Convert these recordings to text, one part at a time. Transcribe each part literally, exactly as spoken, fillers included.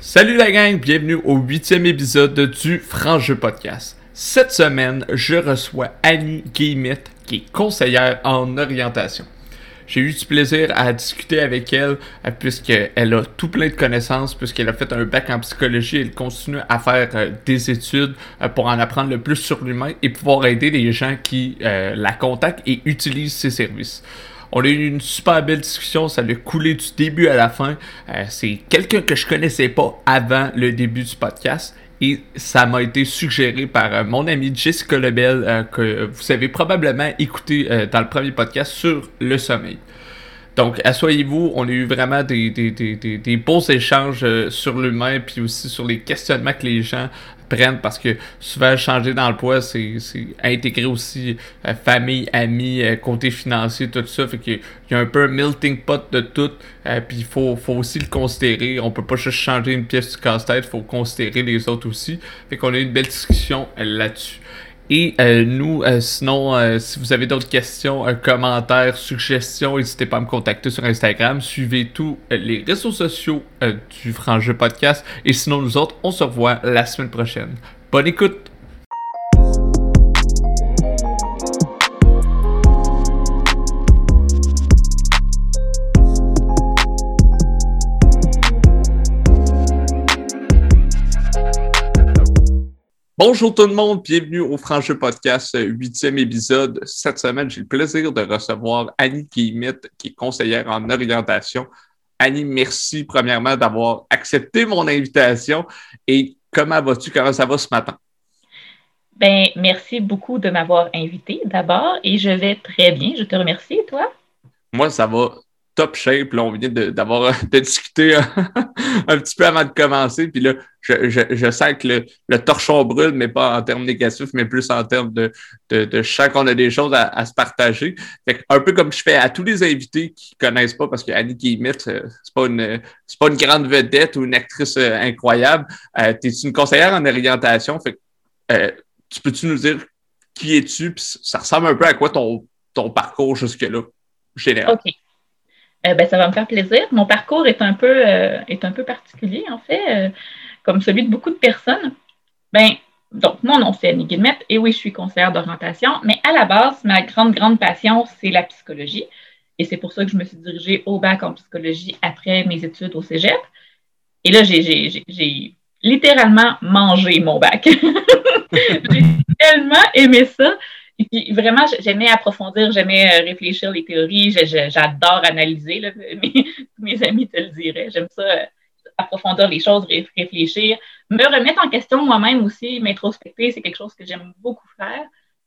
Salut la gang, bienvenue au huitième épisode du Franc Jeu Podcast. Cette semaine, je reçois Annie Guillemette, qui est conseillère en orientation. J'ai eu du plaisir à discuter avec elle, euh, puisqu'elle a tout plein de connaissances, puisqu'elle a fait un bac en psychologie, elle continue à faire euh, des études euh, pour en apprendre le plus sur l'humain et pouvoir aider les gens qui euh, la contactent et utilisent ses services. On a eu une super belle discussion, ça a coulé du début à la fin. Euh, c'est quelqu'un que je connaissais pas avant le début du podcast et ça m'a été suggéré par euh, mon amie Jessica Lebel euh, que vous avez probablement écouté euh, dans le premier podcast sur le sommeil. Donc, asseyez-vous, on a eu vraiment des, des, des, des, des beaux échanges euh, sur l'humain puis aussi sur les questionnements que les gens prennent parce que souvent, changer dans le poids, c'est, c'est intégrer aussi euh, famille, amis, euh, côté financier, tout ça. Fait qu'il y a un peu un melting pot de tout. Euh, puis il faut, faut aussi le considérer. On peut pas juste changer une pièce du casse-tête, il faut considérer les autres aussi. Fait qu'on a eu une belle discussion euh, là-dessus. Et euh, nous, euh, sinon, euh, si vous avez d'autres questions, euh, commentaires, suggestions, n'hésitez pas à me contacter sur Instagram. Suivez tous euh, les réseaux sociaux euh, du Franc Jeu Podcast. Et sinon, nous autres, on se revoit la semaine prochaine. Bonne écoute! Bonjour tout le monde, bienvenue au Franc Jeu Podcast, huitième épisode. Cette semaine, j'ai le plaisir de recevoir Annie Guillemette, qui est conseillère en orientation. Annie, merci premièrement d'avoir accepté mon invitation. Et comment vas-tu? Comment ça va ce matin? Ben, merci beaucoup de m'avoir invité d'abord et je vais très bien. Je te remercie, toi? Moi, ça va top shape. Là, on vient de, d'avoir de discuter un petit peu avant de commencer. Puis là, je, je, je sens que le, le torchon brûle, mais pas en termes négatifs, mais plus en termes de, de, de je sens qu'on a des choses à, à se partager. Fait que, un peu comme je fais à tous les invités qui ne connaissent pas, parce que Annie Guillemette, c'est pas une c'est pas une grande vedette ou une actrice incroyable. Euh, tu es une conseillère en orientation. Fait que, euh, tu peux-tu nous dire qui es-tu? Puis ça ressemble un peu à quoi ton, ton parcours jusque-là, général? OK. Euh, ben, ça va me faire plaisir. Mon parcours est un peu, euh, est un peu particulier, en fait, euh, comme celui de beaucoup de personnes. Ben, donc, mon nom, c'est Annie Guillemette, et oui, je suis conseillère d'orientation, mais à la base, ma grande, grande passion, c'est la psychologie. Et c'est pour ça que je me suis dirigée au bac en psychologie après mes études au cégep. Et là, j'ai, j'ai, j'ai, j'ai littéralement mangé mon bac. J'ai tellement aimé ça. Et puis, vraiment, j'aimais approfondir, j'aimais réfléchir les théories, j'adore analyser, là, mes, mes amis te le diraient. J'aime ça, approfondir les choses, réfléchir, me remettre en question moi-même aussi, m'introspecter, c'est quelque chose que j'aime beaucoup faire.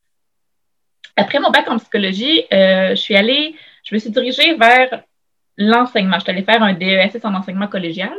Après mon bac en psychologie, euh, je suis allée, je me suis dirigée vers l'enseignement. Je suis allée faire un D E S S en enseignement collégial.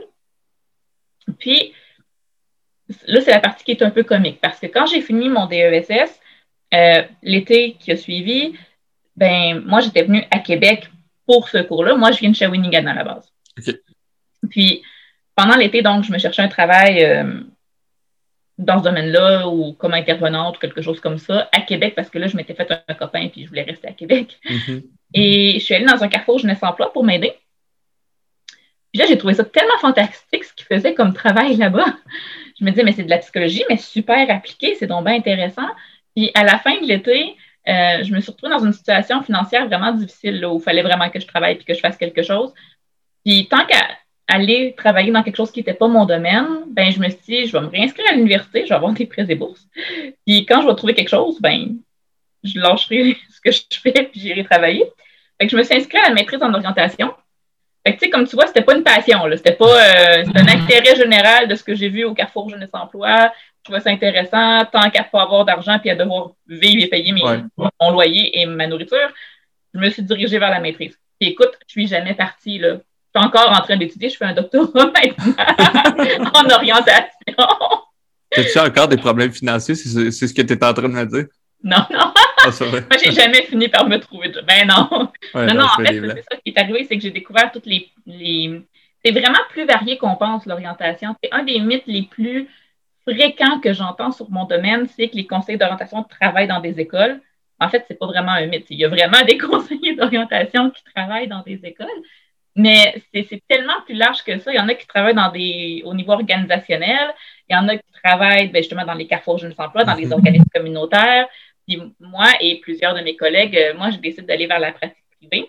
Puis, là, c'est la partie qui est un peu comique, parce que quand j'ai fini mon D E S S, Euh, l'été qui a suivi, ben moi, j'étais venue à Québec pour ce cours-là. Moi, je viens de Shawinigan à la base. Okay. Puis, pendant l'été, donc, je me cherchais un travail euh, dans ce domaine-là ou comme intervenante ou quelque chose comme ça à Québec parce que là, je m'étais fait un, un copain puis je voulais rester à Québec. Mm-hmm. Et je suis allée dans un carrefour Jeunesse Emploi pour m'aider. Puis là, j'ai trouvé ça tellement fantastique ce qu'ils faisaient comme travail là-bas. Je me disais, mais c'est de la psychologie, mais super appliqué, c'est donc bien intéressant. Puis à la fin de l'été, euh, je me suis retrouvée dans une situation financière vraiment difficile, là, où il fallait vraiment que je travaille et que je fasse quelque chose. Puis tant qu'à aller travailler dans quelque chose qui n'était pas mon domaine, ben je me suis dit, je vais me réinscrire à l'université, je vais avoir des prêts et bourses. Puis quand je vais trouver quelque chose, ben je lâcherai ce que je fais puis j'irai travailler. Fait que je me suis inscrite à la maîtrise en orientation. Fait que tu sais, comme tu vois, c'était pas une passion, là. C'était pas euh, c'était un intérêt général de ce que j'ai vu au Carrefour Jeunesse Emploi. Je trouvais ça intéressant, tant qu'à pas avoir d'argent puis à devoir vivre et payer mes, ouais. mon loyer et ma nourriture, je me suis dirigée vers la maîtrise. Puis écoute, je suis jamais partie, là. Je suis encore en train d'étudier, je fais un doctorat maintenant en orientation. As-tu encore des problèmes financiers? C'est, c'est ce que tu es en train de me dire? Non, non. Ah, Moi, j'ai jamais fini par me trouver de... Ben non. Ouais, non, non, en fait, c'est ça qui est arrivé, c'est que j'ai découvert toutes les... les... C'est vraiment plus varié qu'on pense, l'orientation. C'est un des mythes les plus fréquents que j'entends sur mon domaine, c'est que les conseillers d'orientation travaillent dans des écoles. En fait, c'est pas vraiment un mythe. Il y a vraiment des conseillers d'orientation qui travaillent dans des écoles. Mais c'est, c'est tellement plus large que ça. Il y en a qui travaillent dans des, au niveau organisationnel. Il y en a qui travaillent ben, justement dans les carrefours jeunes emploi, dans les organismes communautaires. Puis moi et plusieurs de mes collègues, euh, moi, je décide d'aller vers la pratique privée.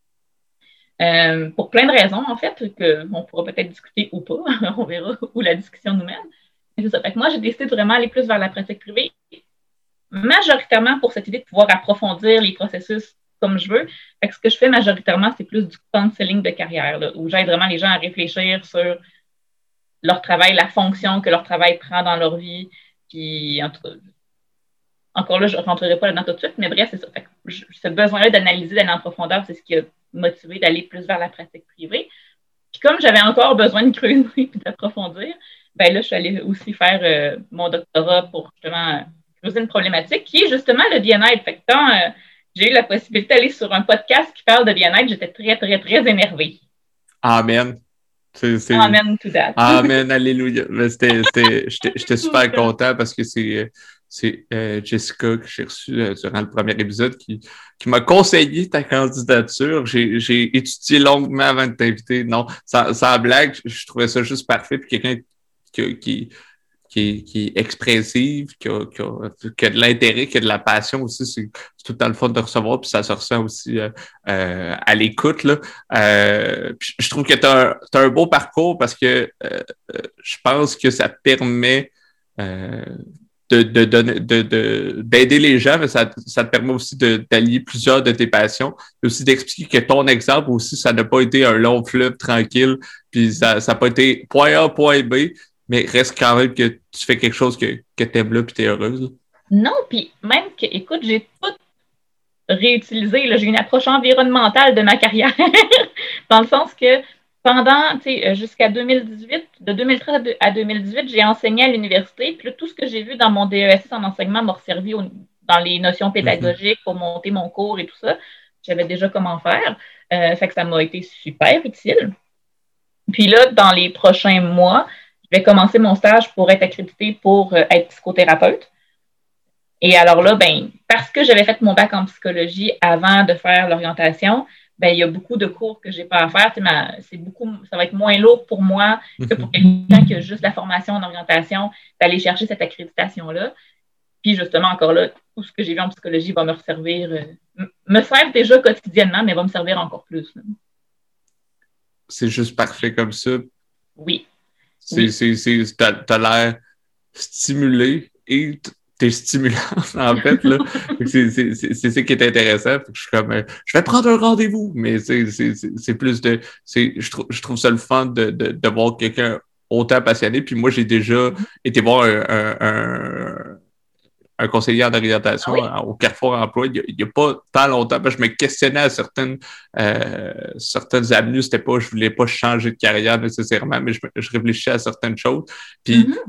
Euh, pour plein de raisons, en fait, qu'on pourra peut-être discuter ou pas. On verra où la discussion nous mène. Mais c'est ça. Fait que moi, j'ai décidé de vraiment aller plus vers la pratique privée, majoritairement pour cette idée de pouvoir approfondir les processus comme je veux. Fait que ce que je fais majoritairement, c'est plus du counseling de carrière, là, où j'aide vraiment les gens à réfléchir sur leur travail, la fonction que leur travail prend dans leur vie. Puis, en tout cas, encore là, je ne rentrerai pas là-dedans tout de suite, mais bref, c'est ça. Fait que je, ce besoin-là d'analyser, d'aller en profondeur, c'est ce qui a motivé d'aller plus vers la pratique privée. Puis comme j'avais encore besoin de creuser et d'approfondir, ben là, je suis allée aussi faire euh, mon doctorat pour justement creuser une problématique qui est justement le bien-être. Fait que quand euh, j'ai eu la possibilité d'aller sur un podcast qui parle de bien-être, j'étais très, très, très énervée. Amen. C'est, c'est... Amen to that. Amen, alléluia. C'était, c'était, j'étais, j'étais super content parce que c'est, c'est euh, Jessica que j'ai reçue euh, durant le premier épisode qui, qui m'a conseillé ta candidature. J'ai, j'ai étudié longuement avant de t'inviter. Non, sans, sans blague, je trouvais ça juste parfait. Puis quelqu'un qui, qui, qui, qui est expressive, qui a, qui, a, qui a de l'intérêt, qui a de la passion aussi, c'est, c'est tout le temps le fun de recevoir, puis ça se ressent aussi euh, euh, à l'écoute, là. Euh, puis je trouve que tu as un, un beau parcours parce que euh, je pense que ça te permet euh, de, de donner, de, de, d'aider les gens, mais ça, ça te permet aussi de, d'allier plusieurs de tes passions, et aussi d'expliquer que ton exemple aussi, ça n'a pas été un long fleuve tranquille, puis ça n'a pas été point A, point B, mais reste quand même que tu fais quelque chose que, que tu aimes là puis tu es heureuse. Là. Non, puis même que, écoute, j'ai tout réutilisé. Là, j'ai une approche environnementale de ma carrière, dans le sens que pendant, tu sais, jusqu'à deux mille dix-huit, de deux mille treize à deux mille dix-huit, j'ai enseigné à l'université. Puis là, tout ce que j'ai vu dans mon D E S S en enseignement m'a servi au, dans les notions pédagogiques mm-hmm. pour monter mon cours et tout ça. J'avais déjà comment faire. Euh, fait que ça m'a été super utile. Puis là, dans les prochains mois, je vais commencer mon stage pour être accréditée pour euh, être psychothérapeute. Et alors là, ben, parce que j'avais fait mon bac en psychologie avant de faire l'orientation, ben, il y a beaucoup de cours que je n'ai pas à faire. Ma, c'est beaucoup, ça va être moins lourd pour moi que pour quelqu'un qui a juste la formation en orientation d'aller chercher cette accréditation-là. Puis justement, encore là, tout ce que j'ai vu en psychologie va me servir, euh, me sert déjà quotidiennement, mais va me servir encore plus. Là. C'est juste parfait comme ça. Oui. C'est, oui. c'est, c'est, t'as, t'as l'air stimulé et t'es stimulante, en fait, là. c'est, c'est, c'est, c'est ça qui est intéressant. Je suis comme, euh, je vais prendre un rendez-vous, mais c'est, c'est, c'est, c'est plus de, c'est, je, trouve, je trouve ça le fun de, de, de voir quelqu'un autant passionné. Puis moi, j'ai déjà été voir un, un, un un conseiller en orientation ah oui? au Carrefour Emploi il n'y a, a pas tant longtemps, parce que je me questionnais à certaines, euh, certaines avenues, c'était pas, je voulais pas changer de carrière nécessairement, mais je, je réfléchissais à certaines choses. Puis mm-hmm.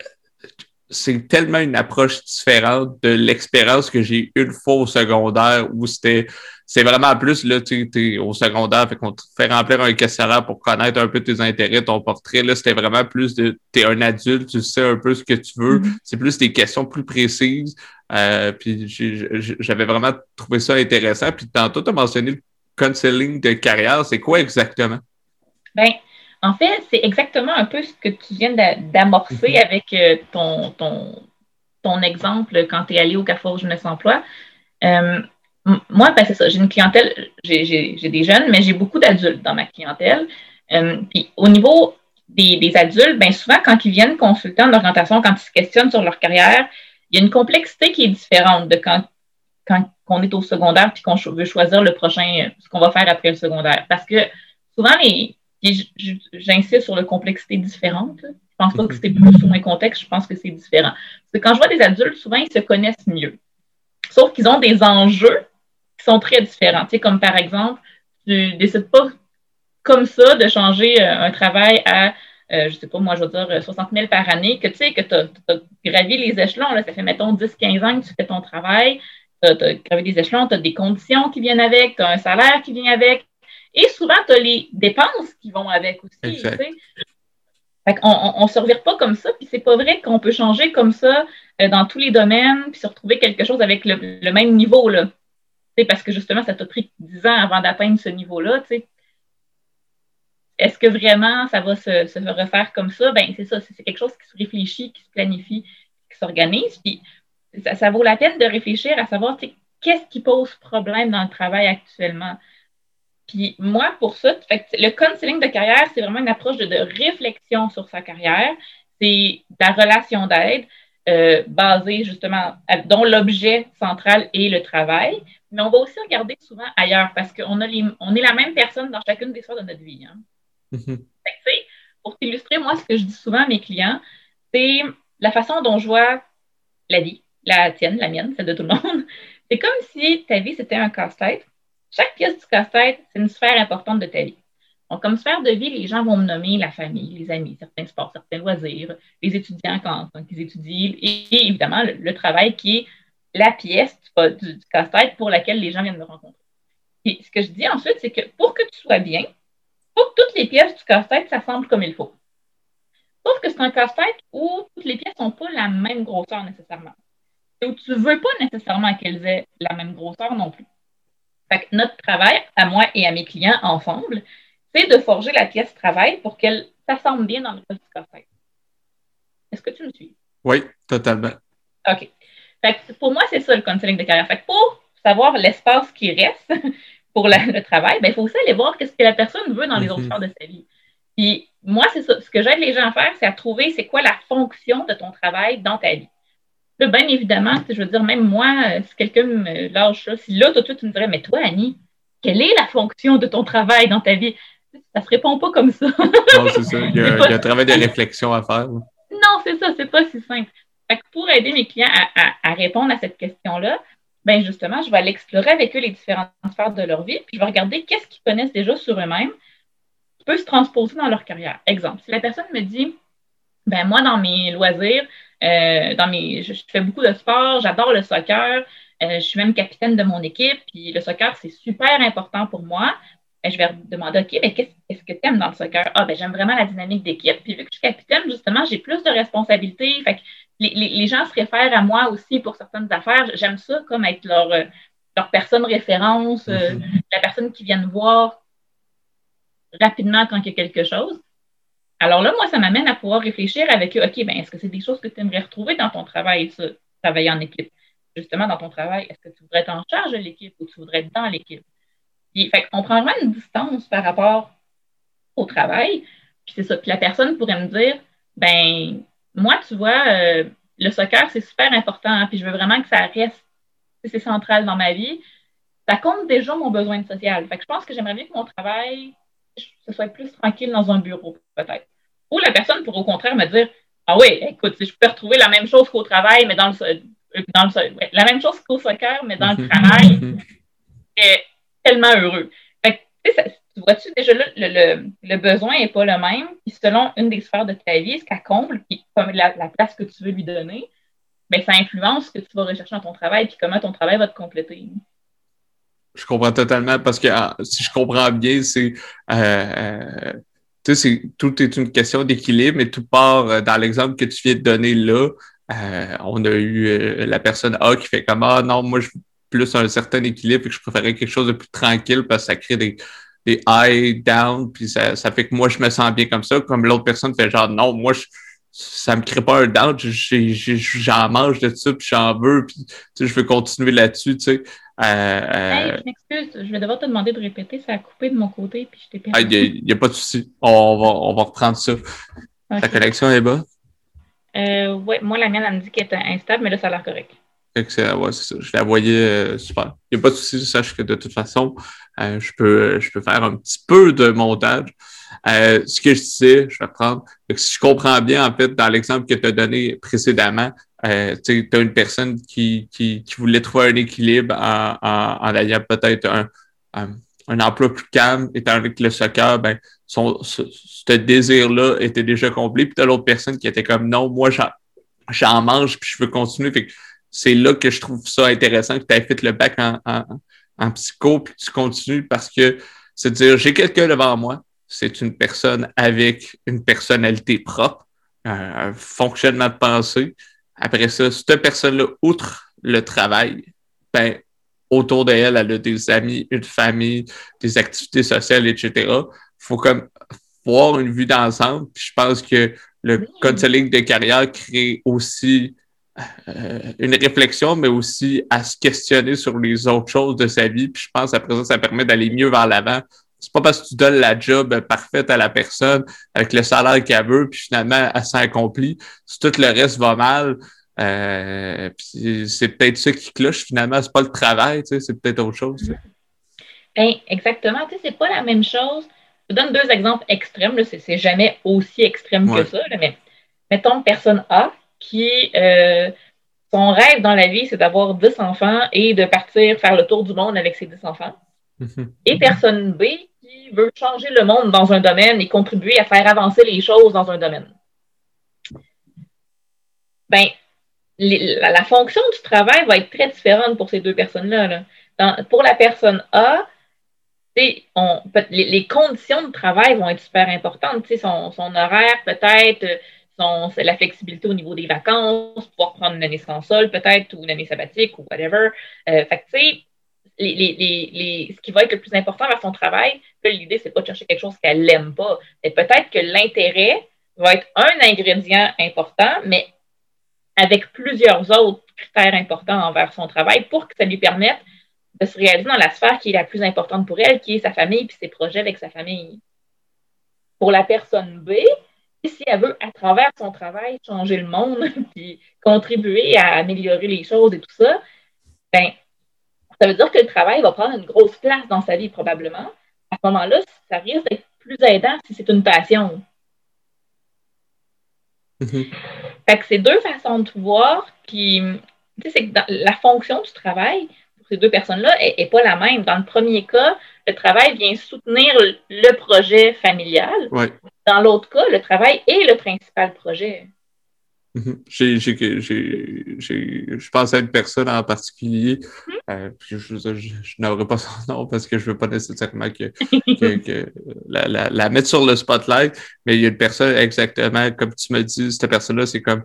c'est tellement une approche différente de l'expérience que j'ai eu une fois au secondaire où c'était, c'est vraiment plus, là, tu es au secondaire, fait qu'on te fait remplir un questionnaire pour connaître un peu tes intérêts, ton portrait. Là, c'était vraiment plus de, t'es un adulte, tu sais un peu ce que tu veux. Mm-hmm. C'est plus des questions plus précises. Euh, puis j'ai, j'avais vraiment trouvé ça intéressant. Puis tantôt, tu as mentionné le counseling de carrière. C'est quoi exactement? Ben, en fait, c'est exactement un peu ce que tu viens d'amorcer mm-hmm. avec euh, ton, ton, ton exemple quand tu es allé au Carrefour Jeunesse Emploi. Euh, Moi, ben, c'est ça, j'ai une clientèle, j'ai, j'ai, j'ai des jeunes, mais j'ai beaucoup d'adultes dans ma clientèle. Euh, puis au niveau des, des adultes, ben, souvent, quand ils viennent consulter en orientation, quand ils se questionnent sur leur carrière, il y a une complexité qui est différente de quand, quand on est au secondaire puis qu'on veut choisir le prochain, ce qu'on va faire après le secondaire. Parce que souvent, les, j'insiste sur la complexité différente. Je pense pas que c'est plus ou moins contexte, je pense que c'est différent. Parce que quand je vois des adultes, souvent, ils se connaissent mieux. Sauf qu'ils ont des enjeux qui sont très différents. Tu sais, comme par exemple, tu décides pas comme ça de changer un travail à, euh, je sais pas, moi, je veux dire, soixante mille par année, que tu sais, que tu as gravi les échelons, là, ça fait, mettons, dix quinze ans que tu fais ton travail, tu as gravi les échelons, tu as des conditions qui viennent avec, tu as un salaire qui vient avec, et souvent, tu as les dépenses qui vont avec aussi, exact. Tu sais. Fait qu'on ne se revire pas comme ça, puis c'est pas vrai qu'on peut changer comme ça euh, dans tous les domaines, puis se retrouver quelque chose avec le, le même niveau, là. T'sais, parce que justement, ça t'a pris dix ans avant d'atteindre ce niveau-là, tu sais. est-ce que vraiment ça va se, se refaire comme ça? Ben, c'est ça, c'est, c'est quelque chose qui se réfléchit, qui se planifie, qui s'organise. Puis ça, ça vaut la peine de réfléchir à savoir qu'est-ce qui pose problème dans le travail actuellement. Puis moi, pour ça, fait que le counseling de carrière, c'est vraiment une approche de, de réflexion sur sa carrière. C'est de la relation d'aide euh, basée justement, à, dont l'objet central est le travail. Mais on va aussi regarder souvent ailleurs parce qu'on a les, on est la même personne dans chacune des sphères de notre vie. Hein. Mm-hmm. Fait que, pour t'illustrer, moi, ce que je dis souvent à mes clients, c'est la façon dont je vois la vie, la tienne, la mienne, celle de tout le monde. C'est comme si ta vie, c'était un casse-tête. Chaque pièce du casse-tête, c'est une sphère importante de ta vie. Donc, comme sphère de vie, les gens vont me nommer la famille, les amis, certains sports, certains loisirs, les étudiants quand, quand ils étudient, et, et évidemment, le, le travail qui est la pièce du, du, du casse-tête pour laquelle les gens viennent me rencontrer. Et ce que je dis ensuite, c'est que pour que tu sois bien, il faut que toutes les pièces du casse-tête s'assemblent comme il faut. Sauf que c'est un casse-tête où toutes les pièces n'ont pas la même grosseur nécessairement. Et où tu ne veux pas nécessairement qu'elles aient la même grosseur non plus. Fait que notre travail, à moi et à mes clients ensemble, c'est de forger la pièce travail pour qu'elle s'assemble bien dans le reste du casse-tête. Est-ce que tu me suis? Oui, totalement. OK. Fait que pour moi, c'est ça le counseling de carrière. Fait que pour savoir l'espace qui reste pour la, le travail, ben, il faut aussi aller voir ce que la personne veut dans les mm-hmm. autres sphères de sa vie. Puis moi, c'est ça. Ce que j'aide les gens à faire, c'est à trouver c'est quoi la fonction de ton travail dans ta vie. Là, bien évidemment, je veux dire, même moi, si quelqu'un me lâche ça, si là, tout de suite, tu me dirais, mais toi, Annie, quelle est la fonction de ton travail dans ta vie? Ça ne se répond pas comme ça. Non, c'est ça. Il y a, il y a un travail de réflexion à faire. Non, c'est ça. C'est pas si simple. Fait que pour aider mes clients à, à, à répondre à cette question-là, ben justement, je vais aller explorer avec eux les différentes sphères de leur vie, puis je vais regarder qu'est-ce qu'ils connaissent déjà sur eux-mêmes qui peut se transposer dans leur carrière. Exemple, si la personne me dit, ben moi, dans mes loisirs, Euh, dans mes, je, je fais beaucoup de sport, j'adore le soccer, euh, je suis même capitaine de mon équipe, puis le soccer, c'est super important pour moi. Ben, je vais demander, OK, ben, qu'est-ce, qu'est-ce que tu aimes dans le soccer? Ah, ben, j'aime vraiment la dynamique d'équipe. Puis vu que je suis capitaine, justement, j'ai plus de responsabilités. Fait que les, les, les gens se réfèrent à moi aussi pour certaines affaires. J'aime ça comme être leur, leur personne référence, euh, mm-hmm. la personne qui vient me voir rapidement quand il y a quelque chose. Alors là, moi, ça m'amène à pouvoir réfléchir avec eux. OK, bien, est-ce que c'est des choses que tu aimerais retrouver dans ton travail, ça, travailler en équipe? Justement, dans ton travail, est-ce que tu voudrais être en charge de l'équipe ou tu voudrais être dans l'équipe? Puis, fait qu'on prend vraiment une distance par rapport au travail. Puis c'est ça. Puis la personne pourrait me dire, ben, moi, tu vois, euh, le soccer, c'est super important, hein, puis je veux vraiment que ça reste, c'est central dans ma vie. Ça compte déjà mon besoin de social. Fait que je pense que j'aimerais bien que mon travail, ce soit plus tranquille dans un bureau, peut-être. Ou la personne pourrait au contraire me dire, ah oui, écoute, si je peux retrouver la même chose qu'au travail, mais dans le, dans le ouais, la même chose qu'au soccer, mais dans le travail, je serais tellement heureux. Fait que, tu sais, tu vois-tu, déjà là, le, le, le besoin n'est pas le même, puis selon une des sphères de ta vie, ce qu'elle comble, puis comme la, la place que tu veux lui donner, bien, ça influence ce que tu vas rechercher dans ton travail, puis comment ton travail va te compléter. Je comprends totalement, parce que si je comprends bien, c'est... Euh, euh, tu sais, tout est une question d'équilibre, mais tout part euh, dans l'exemple que tu viens de donner là. Euh, on a eu euh, la personne A qui fait comme « Ah non, moi, je veux plus un certain équilibre et que je préférais quelque chose de plus tranquille parce que ça crée des, des high, down, puis ça, ça fait que moi, je me sens bien comme ça. » Comme l'autre personne fait genre « Non, moi, je, ça me crée pas un down, j'ai, j'ai, j'en mange de ça, puis j'en veux, puis tu sais, je veux continuer là-dessus, tu sais. » Euh, euh... Hey, je m'excuse, je vais devoir te demander de répéter, ça a coupé de mon côté, puis je t'ai perdu. Il n'y a, a pas de souci, on va, on va reprendre ça. Okay. Ta connexion est bas? Euh, oui, moi, la mienne, elle me dit qu'elle était instable, mais là, ça a l'air correct. C'est, ouais, c'est ça. Je la voyais euh, super. Il n'y a pas de souci, sache que de toute façon, euh, je, peux, je peux faire un petit peu de montage. Euh, ce que je disais, je vais reprendre. Donc, si je comprends bien, en fait, dans l'exemple que tu as donné précédemment, euh, tu as une personne qui, qui, qui voulait trouver un équilibre en, en, en ayant peut-être un, un, un emploi plus calme, étant donné que le soccer, ben, son, ce, ce désir-là était déjà complet. Puis tu as l'autre personne qui était comme non, moi, j'en, j'en mange, puis je veux continuer. Fait que c'est là que je trouve ça intéressant que tu aies fait le bac en, en, en psycho, puis tu continues parce que c'est de dire j'ai quelqu'un devant moi. C'est une personne avec une personnalité propre, un fonctionnement de pensée. Après ça, cette personne-là, outre le travail, ben, autour d'elle, elle a des amis, une famille, des activités sociales, et cetera. Il faut comme voir une vue d'ensemble. Puis je pense que le Oui. counseling de carrière crée aussi euh, une réflexion, mais aussi à se questionner sur les autres choses de sa vie. Puis je pense après ça, ça permet d'aller mieux vers l'avant. C'est pas parce que tu donnes la job parfaite à la personne avec le salaire qu'elle veut, puis finalement, elle s'accomplit. Si tout le reste va mal, euh, puis c'est peut-être ça qui cloche finalement. C'est pas le travail, tu sais, c'est peut-être autre chose. Tu sais. Ben, exactement. Tu sais, c'est pas la même chose. Je te donne deux exemples extrêmes. Là. C'est, c'est jamais aussi extrême Ouais. que ça. Là, mais mettons personne A qui, euh, son rêve dans la vie, c'est d'avoir dix enfants et de partir faire le tour du monde avec ses dix enfants. Mm-hmm. Et personne B qui veut changer le monde dans un domaine et contribuer à faire avancer les choses dans un domaine. Ben, les, la, la fonction du travail va être très différente pour ces deux personnes-là. Là. Dans, pour la personne A, on, les, les conditions de travail vont être super importantes. Son, son horaire, peut-être, son, la flexibilité au niveau des vacances, pouvoir prendre une année sans sol, peut-être, ou une année sabbatique, ou whatever. Euh, fait que, tu sais, les, les, les, les, ce qui va être le plus important vers son travail, là, l'idée, c'est pas de chercher quelque chose qu'elle n'aime pas. Mais peut-être que l'intérêt va être un ingrédient important, mais avec plusieurs autres critères importants envers son travail pour que ça lui permette de se réaliser dans la sphère qui est la plus importante pour elle, qui est sa famille puis ses projets avec sa famille. Pour la personne B, si elle veut, à travers son travail, changer le monde puis contribuer à améliorer les choses et tout ça, ben, ça veut dire que le travail va prendre une grosse place dans sa vie, probablement. À ce moment-là, ça risque d'être plus aidant si c'est une passion. Mm-hmm. Fait que c'est deux façons de voir, puis, tu sais, c'est que dans la fonction du travail, ces deux personnes-là n'est pas la même. Dans le premier cas, le travail vient soutenir le projet familial. Ouais. Dans l'autre cas, le travail est le principal projet. Mm-hmm. J'ai, j'ai, j'ai, j'ai, je pense à une personne en particulier, mm-hmm. euh, je, je, je, je n'aurais pas son nom parce que je ne veux pas nécessairement que, que, que la, la, la mettre sur le spotlight, mais il y a une personne exactement, comme tu me dis, cette personne-là, c'est comme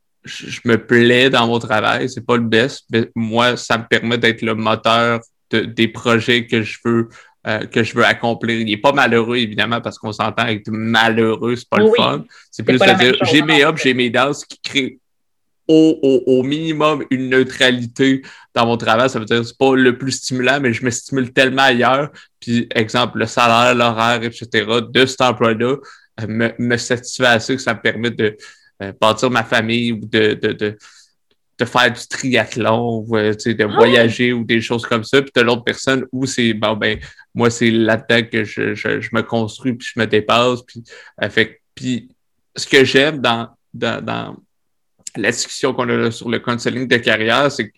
je me plais dans mon travail, c'est pas le best, mais moi, ça me permet d'être le moteur de, des projets que je veux euh, que je veux accomplir. Il est pas malheureux, évidemment, parce qu'on s'entend avec malheureux, c'est pas oui, le fun. C'est, c'est plus de dire, j'ai mes ups, j'ai mes downs, ce qui crée au, au, au minimum une neutralité dans mon travail. Ça veut dire que c'est pas le plus stimulant, mais je me stimule tellement ailleurs. Puis, exemple, le salaire, l'horaire, et cetera de cet emploi-là euh, me, me satisfait assez que ça me permet de Euh, bâtir ma famille ou de, de, de, de faire du triathlon ou euh, de ah. voyager ou des choses comme ça. Puis t'as l'autre personne où c'est, bon, ben, moi, c'est là-dedans que je, je, je me construis puis je me dépasse. Puis, euh, fait, puis ce que j'aime dans, dans, dans la discussion qu'on a là sur le counseling de carrière, c'est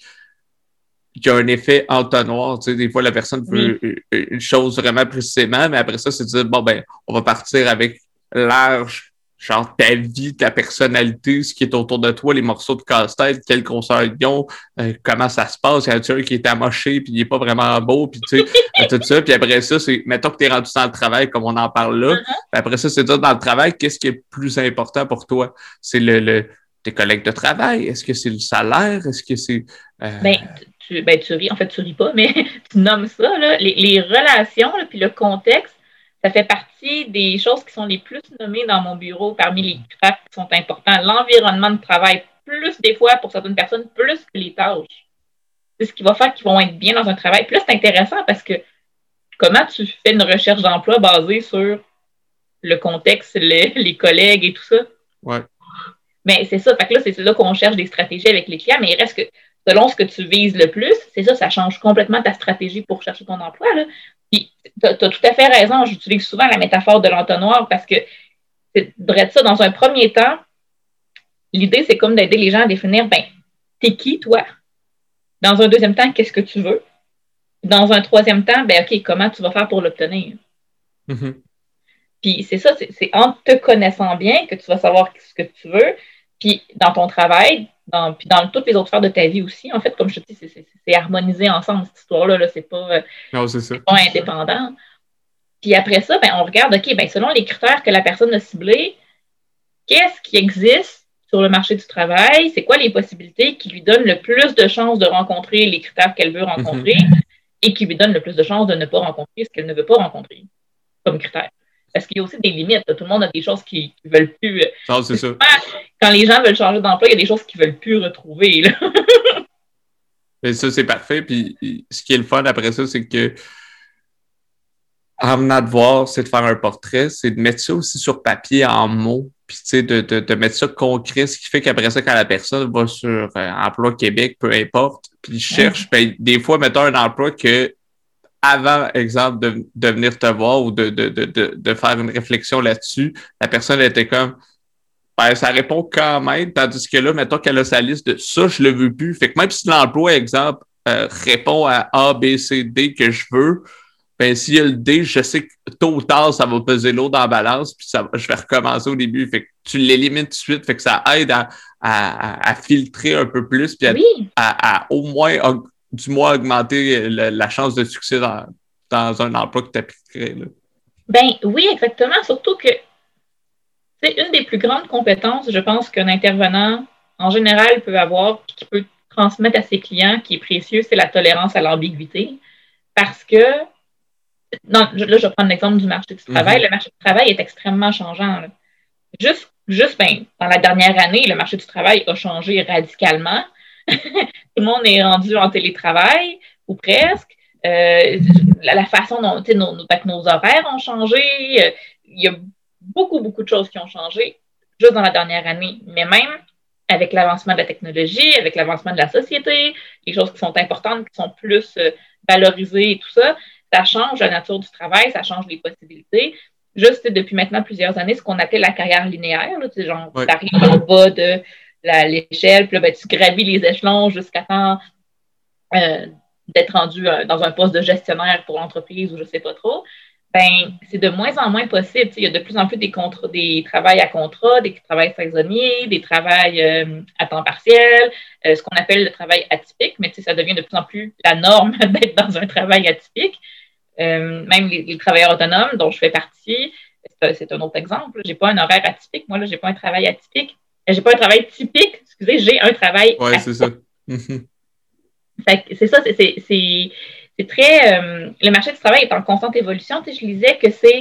qu'il y a un effet entonnoir. Tu sais, des fois, la personne veut oui. une chose vraiment précisément, mais après ça, c'est de dire, bon, ben, on va partir avec large genre ta vie, ta personnalité, ce qui est autour de toi, les morceaux de casse-tête, quelle grosseur ils ont, euh, comment ça se passe, il y a un qui est amoché, puis il est pas vraiment beau, puis tu sais, tout ça. Puis après ça, c'est, mettons que tu es rendu dans le travail, comme on en parle là. Uh-huh. Après ça, c'est dire dans le travail, qu'est-ce qui est plus important pour toi? C'est le, le tes collègues de travail? Est-ce que c'est le salaire? Est-ce que c'est... Euh... Ben, tu, ben, tu ris. En fait, tu ris pas, mais tu nommes ça, là, les, les relations, là, puis le contexte, ça fait partie des choses qui sont les plus nommées dans mon bureau parmi les critères qui sont importants. L'environnement de travail, plus des fois pour certaines personnes, plus que les tâches. C'est ce qui va faire qu'ils vont être bien dans un travail. Puis là, c'est intéressant parce que comment tu fais une recherche d'emploi basée sur le contexte, les, les collègues et tout ça? Ouais. Mais c'est ça. Fait que là, c'est là qu'on cherche des stratégies avec les clients. Mais il reste que selon ce que tu vises le plus, c'est ça, ça change complètement ta stratégie pour chercher ton emploi, là. Puis, tu as tout à fait raison, j'utilise souvent la métaphore de l'entonnoir parce que c'est de ça, dans un premier temps, l'idée, c'est comme d'aider les gens à définir, ben, t'es qui, toi? Dans un deuxième temps, qu'est-ce que tu veux? Dans un troisième temps, ben, OK, comment tu vas faire pour l'obtenir? Mm-hmm. Puis, c'est ça, c'est, c'est en te connaissant bien que tu vas savoir ce que tu veux. Puis, dans ton travail, dans, puis dans toutes les autres sphères de ta vie aussi, en fait, comme je te dis, c'est, c'est, c'est harmonisé ensemble, cette histoire-là. Là, c'est pas, non, c'est ça. C'est pas indépendant. Puis après ça, ben, on regarde, OK, ben, selon les critères que la personne a ciblés, qu'est-ce qui existe sur le marché du travail? C'est quoi les possibilités qui lui donnent le plus de chances de rencontrer les critères qu'elle veut rencontrer mm-hmm. et qui lui donnent le plus de chances de ne pas rencontrer ce qu'elle ne veut pas rencontrer comme critère? Parce qu'il y a aussi des limites. Tout le monde a des choses qu'ils ne veulent plus. Ça, c'est ça. Quand les gens veulent changer d'emploi, il y a des choses qu'ils ne veulent plus retrouver. Là. Mais ça, c'est parfait. Puis ce qui est le fun après ça, c'est que en venant de voir, c'est de faire un portrait, c'est de mettre ça aussi sur papier en mots, puis tu sais, de, de, de mettre ça concret, ce qui fait qu'après ça, quand la personne va sur euh, Emploi Québec, peu importe, puis cherche, ouais. Ben, des fois, mettons un emploi que avant, exemple, de, de venir te voir ou de, de, de, de, de faire une réflexion là-dessus, la personne était comme, ben, ça répond quand même, tandis que là, mettons qu'elle a sa liste de ça, je le veux plus. Fait que même si l'emploi, exemple, euh, répond à A, B, C, D que je veux, ben, s'il y a le D, je sais que tôt ou tard, ça va peser l'eau dans la balance, puis ça, je vais recommencer au début. Fait que tu l'élimines tout de suite, fait que ça aide à, à, à filtrer un peu plus, puis à, oui. à, à au moins, du moins, augmenter le, la chance de succès dans, dans un emploi que tu appliquerais. Là. Ben oui, exactement. Surtout que c'est une des plus grandes compétences, je pense, qu'un intervenant, en général, peut avoir, puis qui peut transmettre à ses clients, qui est précieux, c'est la tolérance à l'ambiguïté. Parce que Non, là, je vais prendre l'exemple du marché du travail. Mm-hmm. Le marché du travail est extrêmement changeant. Là. Juste, juste ben, dans la dernière année, le marché du travail a changé radicalement. Tout le monde est rendu en télétravail, ou presque. Euh, la, la façon dont nos, nos, nos horaires ont changé. Euh, il y a beaucoup, beaucoup de choses qui ont changé juste dans la dernière année. Mais même avec l'avancement de la technologie, avec l'avancement de la société, les choses qui sont importantes, qui sont plus euh, valorisées et tout ça, ça change la nature du travail, ça change les possibilités. Juste depuis maintenant plusieurs années, ce qu'on appelle la carrière linéaire, là, tu sais, genre, oui. Tu arrives en bas de la, l'échelle, puis là, ben, tu gravis les échelons jusqu'à temps euh, d'être rendu euh, dans un poste de gestionnaire pour l'entreprise ou je ne sais pas trop. Ben, c'est de moins en moins possible. Tu sais, il y a de plus en plus des, contrats, des travails à contrat, des travails saisonniers, des travails euh, à temps partiel, euh, ce qu'on appelle le travail atypique, mais tu sais, ça devient de plus en plus la norme d'être dans un travail atypique. Euh, même les, les travailleurs autonomes dont je fais partie, c'est, c'est un autre exemple. Je n'ai pas un horaire atypique. Moi, là, je n'ai pas un travail atypique. Je n'ai pas un travail typique. Excusez, j'ai un travail Oui, atypique. c'est ça. Fait que c'est ça, c'est, c'est, c'est, c'est très... Euh, le marché du travail est en constante évolution. Tu sais, je lisais que c'est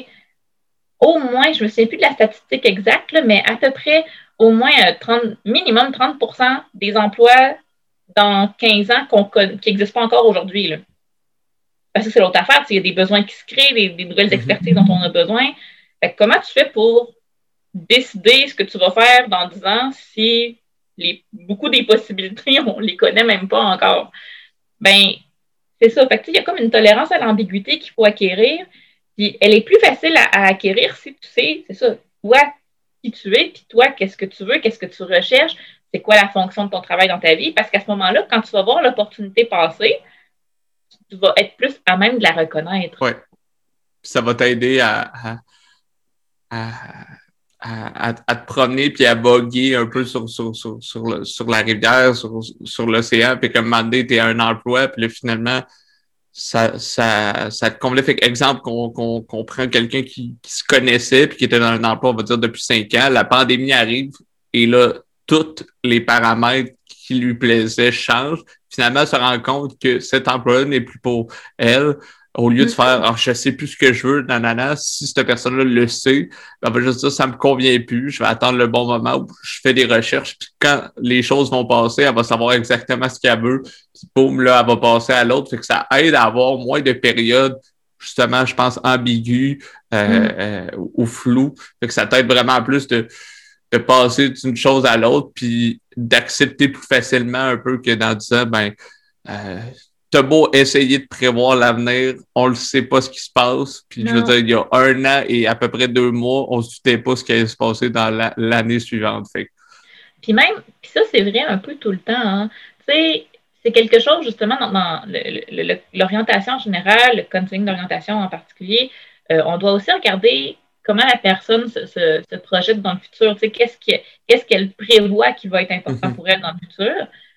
au moins, je ne me souviens plus de la statistique exacte, là, mais à peu près au moins trente, minimum trente pour cent des emplois dans quinze ans qu'on, qui n'existent pas encore aujourd'hui. Là. Parce que c'est l'autre affaire, il y a des besoins qui se créent, des, des nouvelles expertises dont on a besoin. Fait que comment tu fais pour décider ce que tu vas faire dans dix ans si les, beaucoup des possibilités, on ne les connaît même pas encore? Ben, c'est ça. Fait que, il y a comme une tolérance à l'ambiguïté qu'il faut acquérir. Puis elle est plus facile à, à acquérir si tu sais, c'est ça, toi, qui tu es, puis toi, qu'est-ce que tu veux, qu'est-ce que tu recherches, c'est quoi la fonction de ton travail dans ta vie. Parce qu'à ce moment-là, quand tu vas voir l'opportunité passer, tu vas être plus à même de la reconnaître. Oui. Ça va t'aider à, à, à, à, à te promener puis à voguer un peu sur, sur, sur, sur, le, sur la rivière, sur, sur l'océan, puis comme un moment donné, tu es à un emploi, puis là, finalement, ça, ça, ça te comblait. Fait exemple, qu'on, qu'on, qu'on prend quelqu'un qui, qui se connaissait puis qui était dans un emploi, on va dire, depuis cinq ans, la pandémie arrive et là, tous les paramètres qui lui plaisaient changent. Finalement, elle se rend compte que cet emploi-là n'est plus pour elle. Au lieu de faire oh, « je sais plus ce que je veux, nanana », si cette personne-là le sait, ben, elle va juste dire « ça me convient plus, je vais attendre le bon moment où je fais des recherches ». Puis quand les choses vont passer, elle va savoir exactement ce qu'elle veut. Puis boum, là, elle va passer à l'autre. Fait que ça aide à avoir moins de périodes, justement, je pense, ambiguës euh, mm. euh, ou floues. Fait que ça t'aide vraiment plus de, de passer d'une chose à l'autre puis d'accepter plus facilement un peu que dans dix ans, ben... Euh, t'as beau essayer de prévoir l'avenir, on ne sait pas ce qui se passe. Puis non. Je veux dire, il y a un an et à peu près deux mois, on ne se doutait pas ce qui allait se passer dans la, l'année suivante. Fait. Puis même, puis ça, c'est vrai un peu tout le temps. Hein. Tu sais, c'est quelque chose, justement, dans, dans le, le, le, l'orientation en général, le counseling d'orientation en particulier, euh, on doit aussi regarder comment la personne se, se, se projette dans le futur. Tu sais, qu'est-ce, qui, qu'est-ce qu'elle prévoit qui va être important mm-hmm. pour elle dans le futur,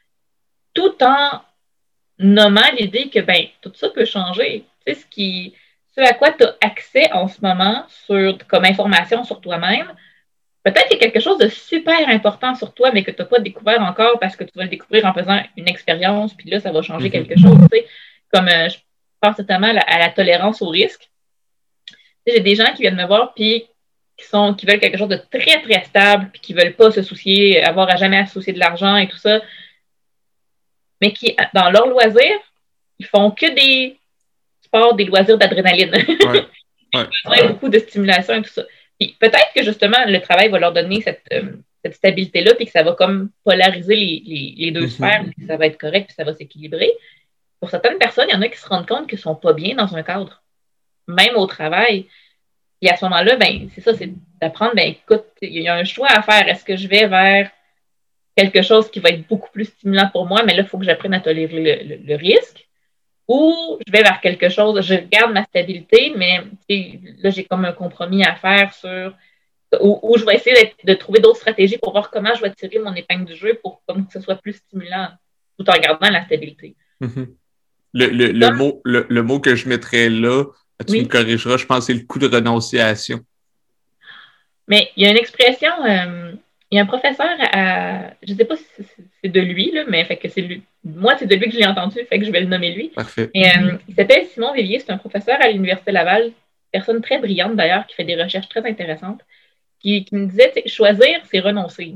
tout en nommant l'idée que ben tout ça peut changer. Tu sais, ce, qui, ce à quoi tu as accès en ce moment sur, comme information sur toi-même, peut-être qu'il y a quelque chose de super important sur toi, mais que tu n'as pas découvert encore parce que tu vas le découvrir en faisant une expérience, puis là, ça va changer mm-hmm. quelque chose. Tu sais. Comme euh, je pense notamment à la, à la tolérance au risque. Tu J'ai des gens qui viennent me voir puis qui sont qui veulent quelque chose de très, très stable, puis qui ne veulent pas se soucier, avoir à jamais à se soucier de l'argent et tout ça, mais qui, dans leur loisir, ils font que des sports, des loisirs d'adrénaline. Ouais. Ouais. Ils ont beaucoup de stimulation et tout ça. Puis peut-être que justement, le travail va leur donner cette, euh, cette stabilité-là, puis que ça va comme polariser les, les, les deux mm-hmm. sphères, puis que ça va être correct, puis ça va s'équilibrer. Pour certaines personnes, il y en a qui se rendent compte qu'ils ne sont pas bien dans un cadre, même au travail. Puis à ce moment-là, ben, c'est ça, c'est d'apprendre, ben écoute, il y a un choix à faire. Est-ce que je vais vers quelque chose qui va être beaucoup plus stimulant pour moi, mais là, il faut que j'apprenne à tolérer le, le, le risque, ou je vais vers quelque chose, je garde ma stabilité, mais là, j'ai comme un compromis à faire sur, où, où je vais essayer de trouver d'autres stratégies pour voir comment je vais tirer mon épingle du jeu pour comme, que ce soit plus stimulant, tout en gardant la stabilité. Mm-hmm. Le, le, le, Comme... mot, le, le mot que je mettrais là, tu oui. me corrigeras, je pense que c'est le coup de renonciation. Mais il y a une expression, euh, il y a un professeur, à, je ne sais pas si c'est de lui, là, mais fait que c'est lui. Moi, c'est de lui que je l'ai entendu, fait que je vais le nommer lui. Parfait. Et, euh, il s'appelle Simon Villiers, c'est un professeur à l'Université Laval, personne très brillante d'ailleurs, qui fait des recherches très intéressantes, qui, qui me disait, choisir, c'est renoncer.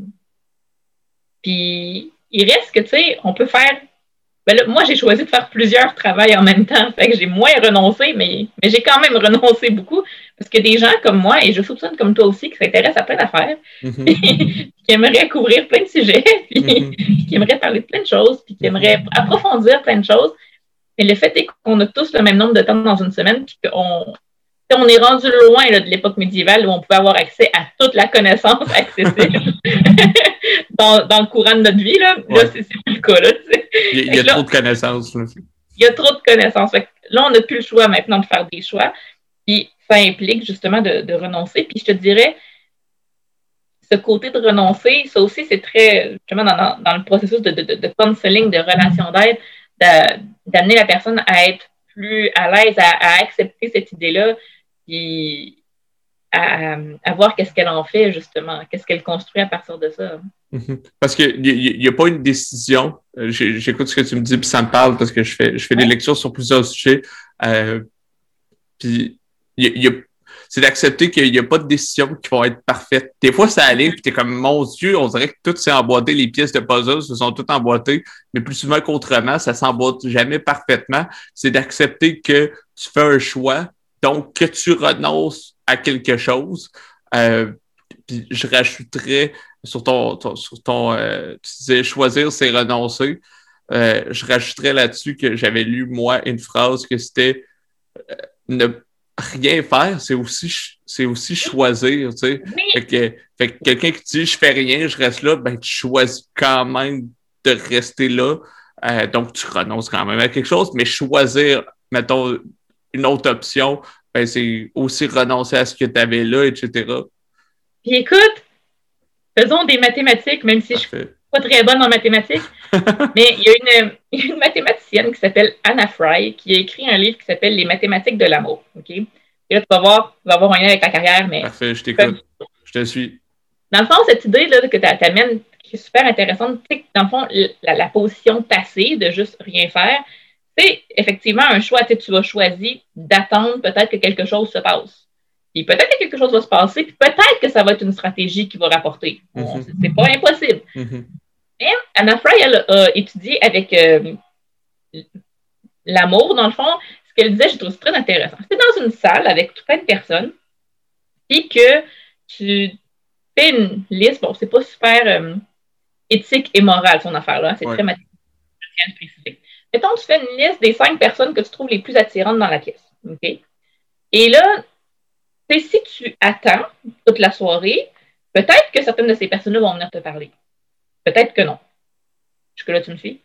Puis, il reste que, tu sais, on peut faire... Ben là, moi, j'ai choisi de faire plusieurs travails en même temps. Fait que j'ai moins renoncé, mais, mais j'ai quand même renoncé beaucoup. Parce que des gens comme moi, et je soupçonne comme toi aussi, qui s'intéressent à plein d'affaires, mm-hmm. qui aimeraient couvrir plein de sujets, puis mm-hmm. qui aimeraient parler de plein de choses, puis qui aimeraient approfondir plein de choses. Mais le fait est qu'on a tous le même nombre de temps dans une semaine, puis qu'on on est rendu loin là, de l'époque médiévale où on pouvait avoir accès à toute la connaissance accessible dans, dans le courant de notre vie. Là, ouais. là c'est, c'est plus le cas. Là, il y a, il y a là, trop de connaissances. Là. Il y a trop de connaissances. Fait que là, on n'a plus le choix maintenant de faire des choix. Puis ça implique justement de, de renoncer. Puis je te dirais, ce côté de renoncer, ça aussi, c'est très, justement, dans, dans, dans le processus de, de, de, de counseling, de relation d'aide, de, d'amener la personne à être plus à l'aise, à, à accepter cette idée-là, puis à, à voir qu'est-ce qu'elle en fait, justement, qu'est-ce qu'elle construit à partir de ça. Mm-hmm. Parce qu'il n'y a, a pas une décision. J'écoute ce que tu me dis, puis ça me parle parce que je fais, je fais ouais. des lectures sur plusieurs sujets. Euh, puis il y a, c'est d'accepter qu'il n'y a pas de décision qui vont être parfaites. Des fois, ça arrive, puis t'es comme, mon Dieu, on dirait que tout s'est emboîté, les pièces de puzzle se sont toutes emboîtées, mais plus souvent qu'autrement, ça s'emboîte jamais parfaitement. C'est d'accepter que tu fais un choix, donc que tu renonces à quelque chose. Euh, puis je rajouterais sur ton, ton, sur ton euh, tu disais choisir, c'est renoncer. Euh, je rajouterais là-dessus que j'avais lu, moi, une phrase que c'était euh, ne rien faire, c'est aussi, c'est aussi choisir, tu sais. Oui. Fait que, fait que quelqu'un qui dit je fais rien, je reste là, ben tu choisis quand même de rester là. Euh, donc tu renonces quand même à quelque chose, mais choisir, mettons, une autre option, ben c'est aussi renoncer à ce que tu avais là, et cetera. Puis écoute, faisons des mathématiques, même si Parfait. Je suis pas très bonne en mathématiques, mais il y a une, une mathématicienne qui s'appelle Anna Fry qui a écrit un livre qui s'appelle Les mathématiques de l'amour. OK? Et là, tu vas voir, tu vas avoir un lien avec ta carrière, mais... Parfait, je t'écoute. Je te suis. Dans le fond, cette idée-là que tu amènes, qui est super intéressante, tu sais, dans le fond, la, la position passive de juste rien faire, c'est effectivement un choix. Tu vas choisir d'attendre peut-être que quelque chose se passe. Puis peut-être que quelque chose va se passer, puis peut-être que ça va être une stratégie qui va rapporter. Bon, mm-hmm. c'est pas impossible. Mm-hmm. Mais Anna Fry, elle a étudié avec euh, l'amour, dans le fond. Ce qu'elle disait, je trouve très intéressant. C'est dans une salle avec tout plein de personnes, puis que tu fais une liste. Bon, c'est pas super euh, éthique et morale, son affaire-là. C'est ouais. très mathématique. Je tiens à le préciser. Mettons, tu fais une liste des cinq personnes que tu trouves les plus attirantes dans la pièce. OK? Et là, si tu attends toute la soirée, peut-être que certaines de ces personnes-là vont venir te parler. Peut-être que non. Jusque-là, tu me suis?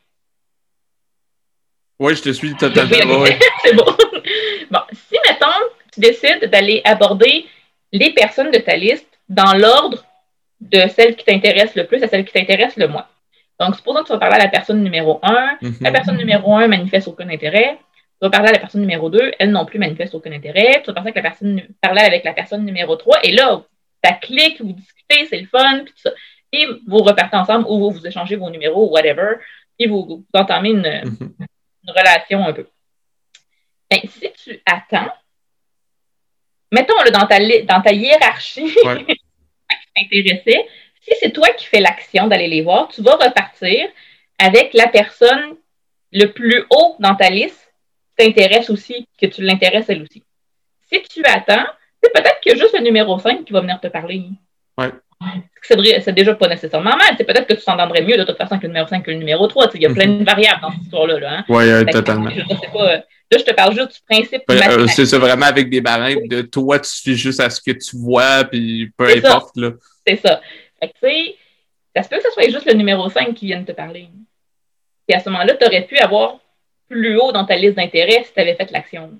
Oui, je te suis totalement. Oui, okay. C'est bon. Bon, si, mettons, tu décides d'aller aborder les personnes de ta liste dans l'ordre de celles qui t'intéressent le plus à celles qui t'intéressent le moins. Donc, supposons que tu vas parler à la personne numéro un. Mm-hmm. La personne numéro un manifeste aucun intérêt. Tu vas parler à la personne numéro deux, elle non plus manifeste aucun intérêt. Tu vas parler avec la personne, parler avec la personne numéro trois, et là, ça clique, vous discutez, c'est le fun, puis tout ça. Et vous repartez ensemble, ou vous, vous échangez vos numéros, whatever, et vous, vous entamez une, mm-hmm. une relation un peu. Ben, si tu attends, mettons, là, dans, ta, dans ta hiérarchie ouais. qui t'intéressait, si c'est toi qui fais l'action d'aller les voir, tu vas repartir avec la personne le plus haut dans ta liste qui t'intéresse aussi, que tu l'intéresses elle aussi. Si tu attends, c'est peut-être qu'il y a juste le numéro cinq qui va venir te parler. Ouais. C'est, c'est déjà pas nécessairement mal. C'est peut-être que tu t'entendrais mieux de toute façon que le numéro cinq que le numéro trois. Il y a plein de variables dans cette histoire-là. Là, hein? Oui, euh, totalement. Que, je sais pas, là, je te parle juste du principe. Ouais, euh, c'est ça, vraiment avec des barèmes de toi, tu suis juste à ce que tu vois, puis peu c'est importe. Ça. Là. C'est ça. Fait que, tu sais, ça se peut que ce soit juste le numéro cinq qui vienne te parler. Puis à ce moment-là, tu aurais pu avoir plus haut dans ta liste d'intérêts si tu avais fait l'action.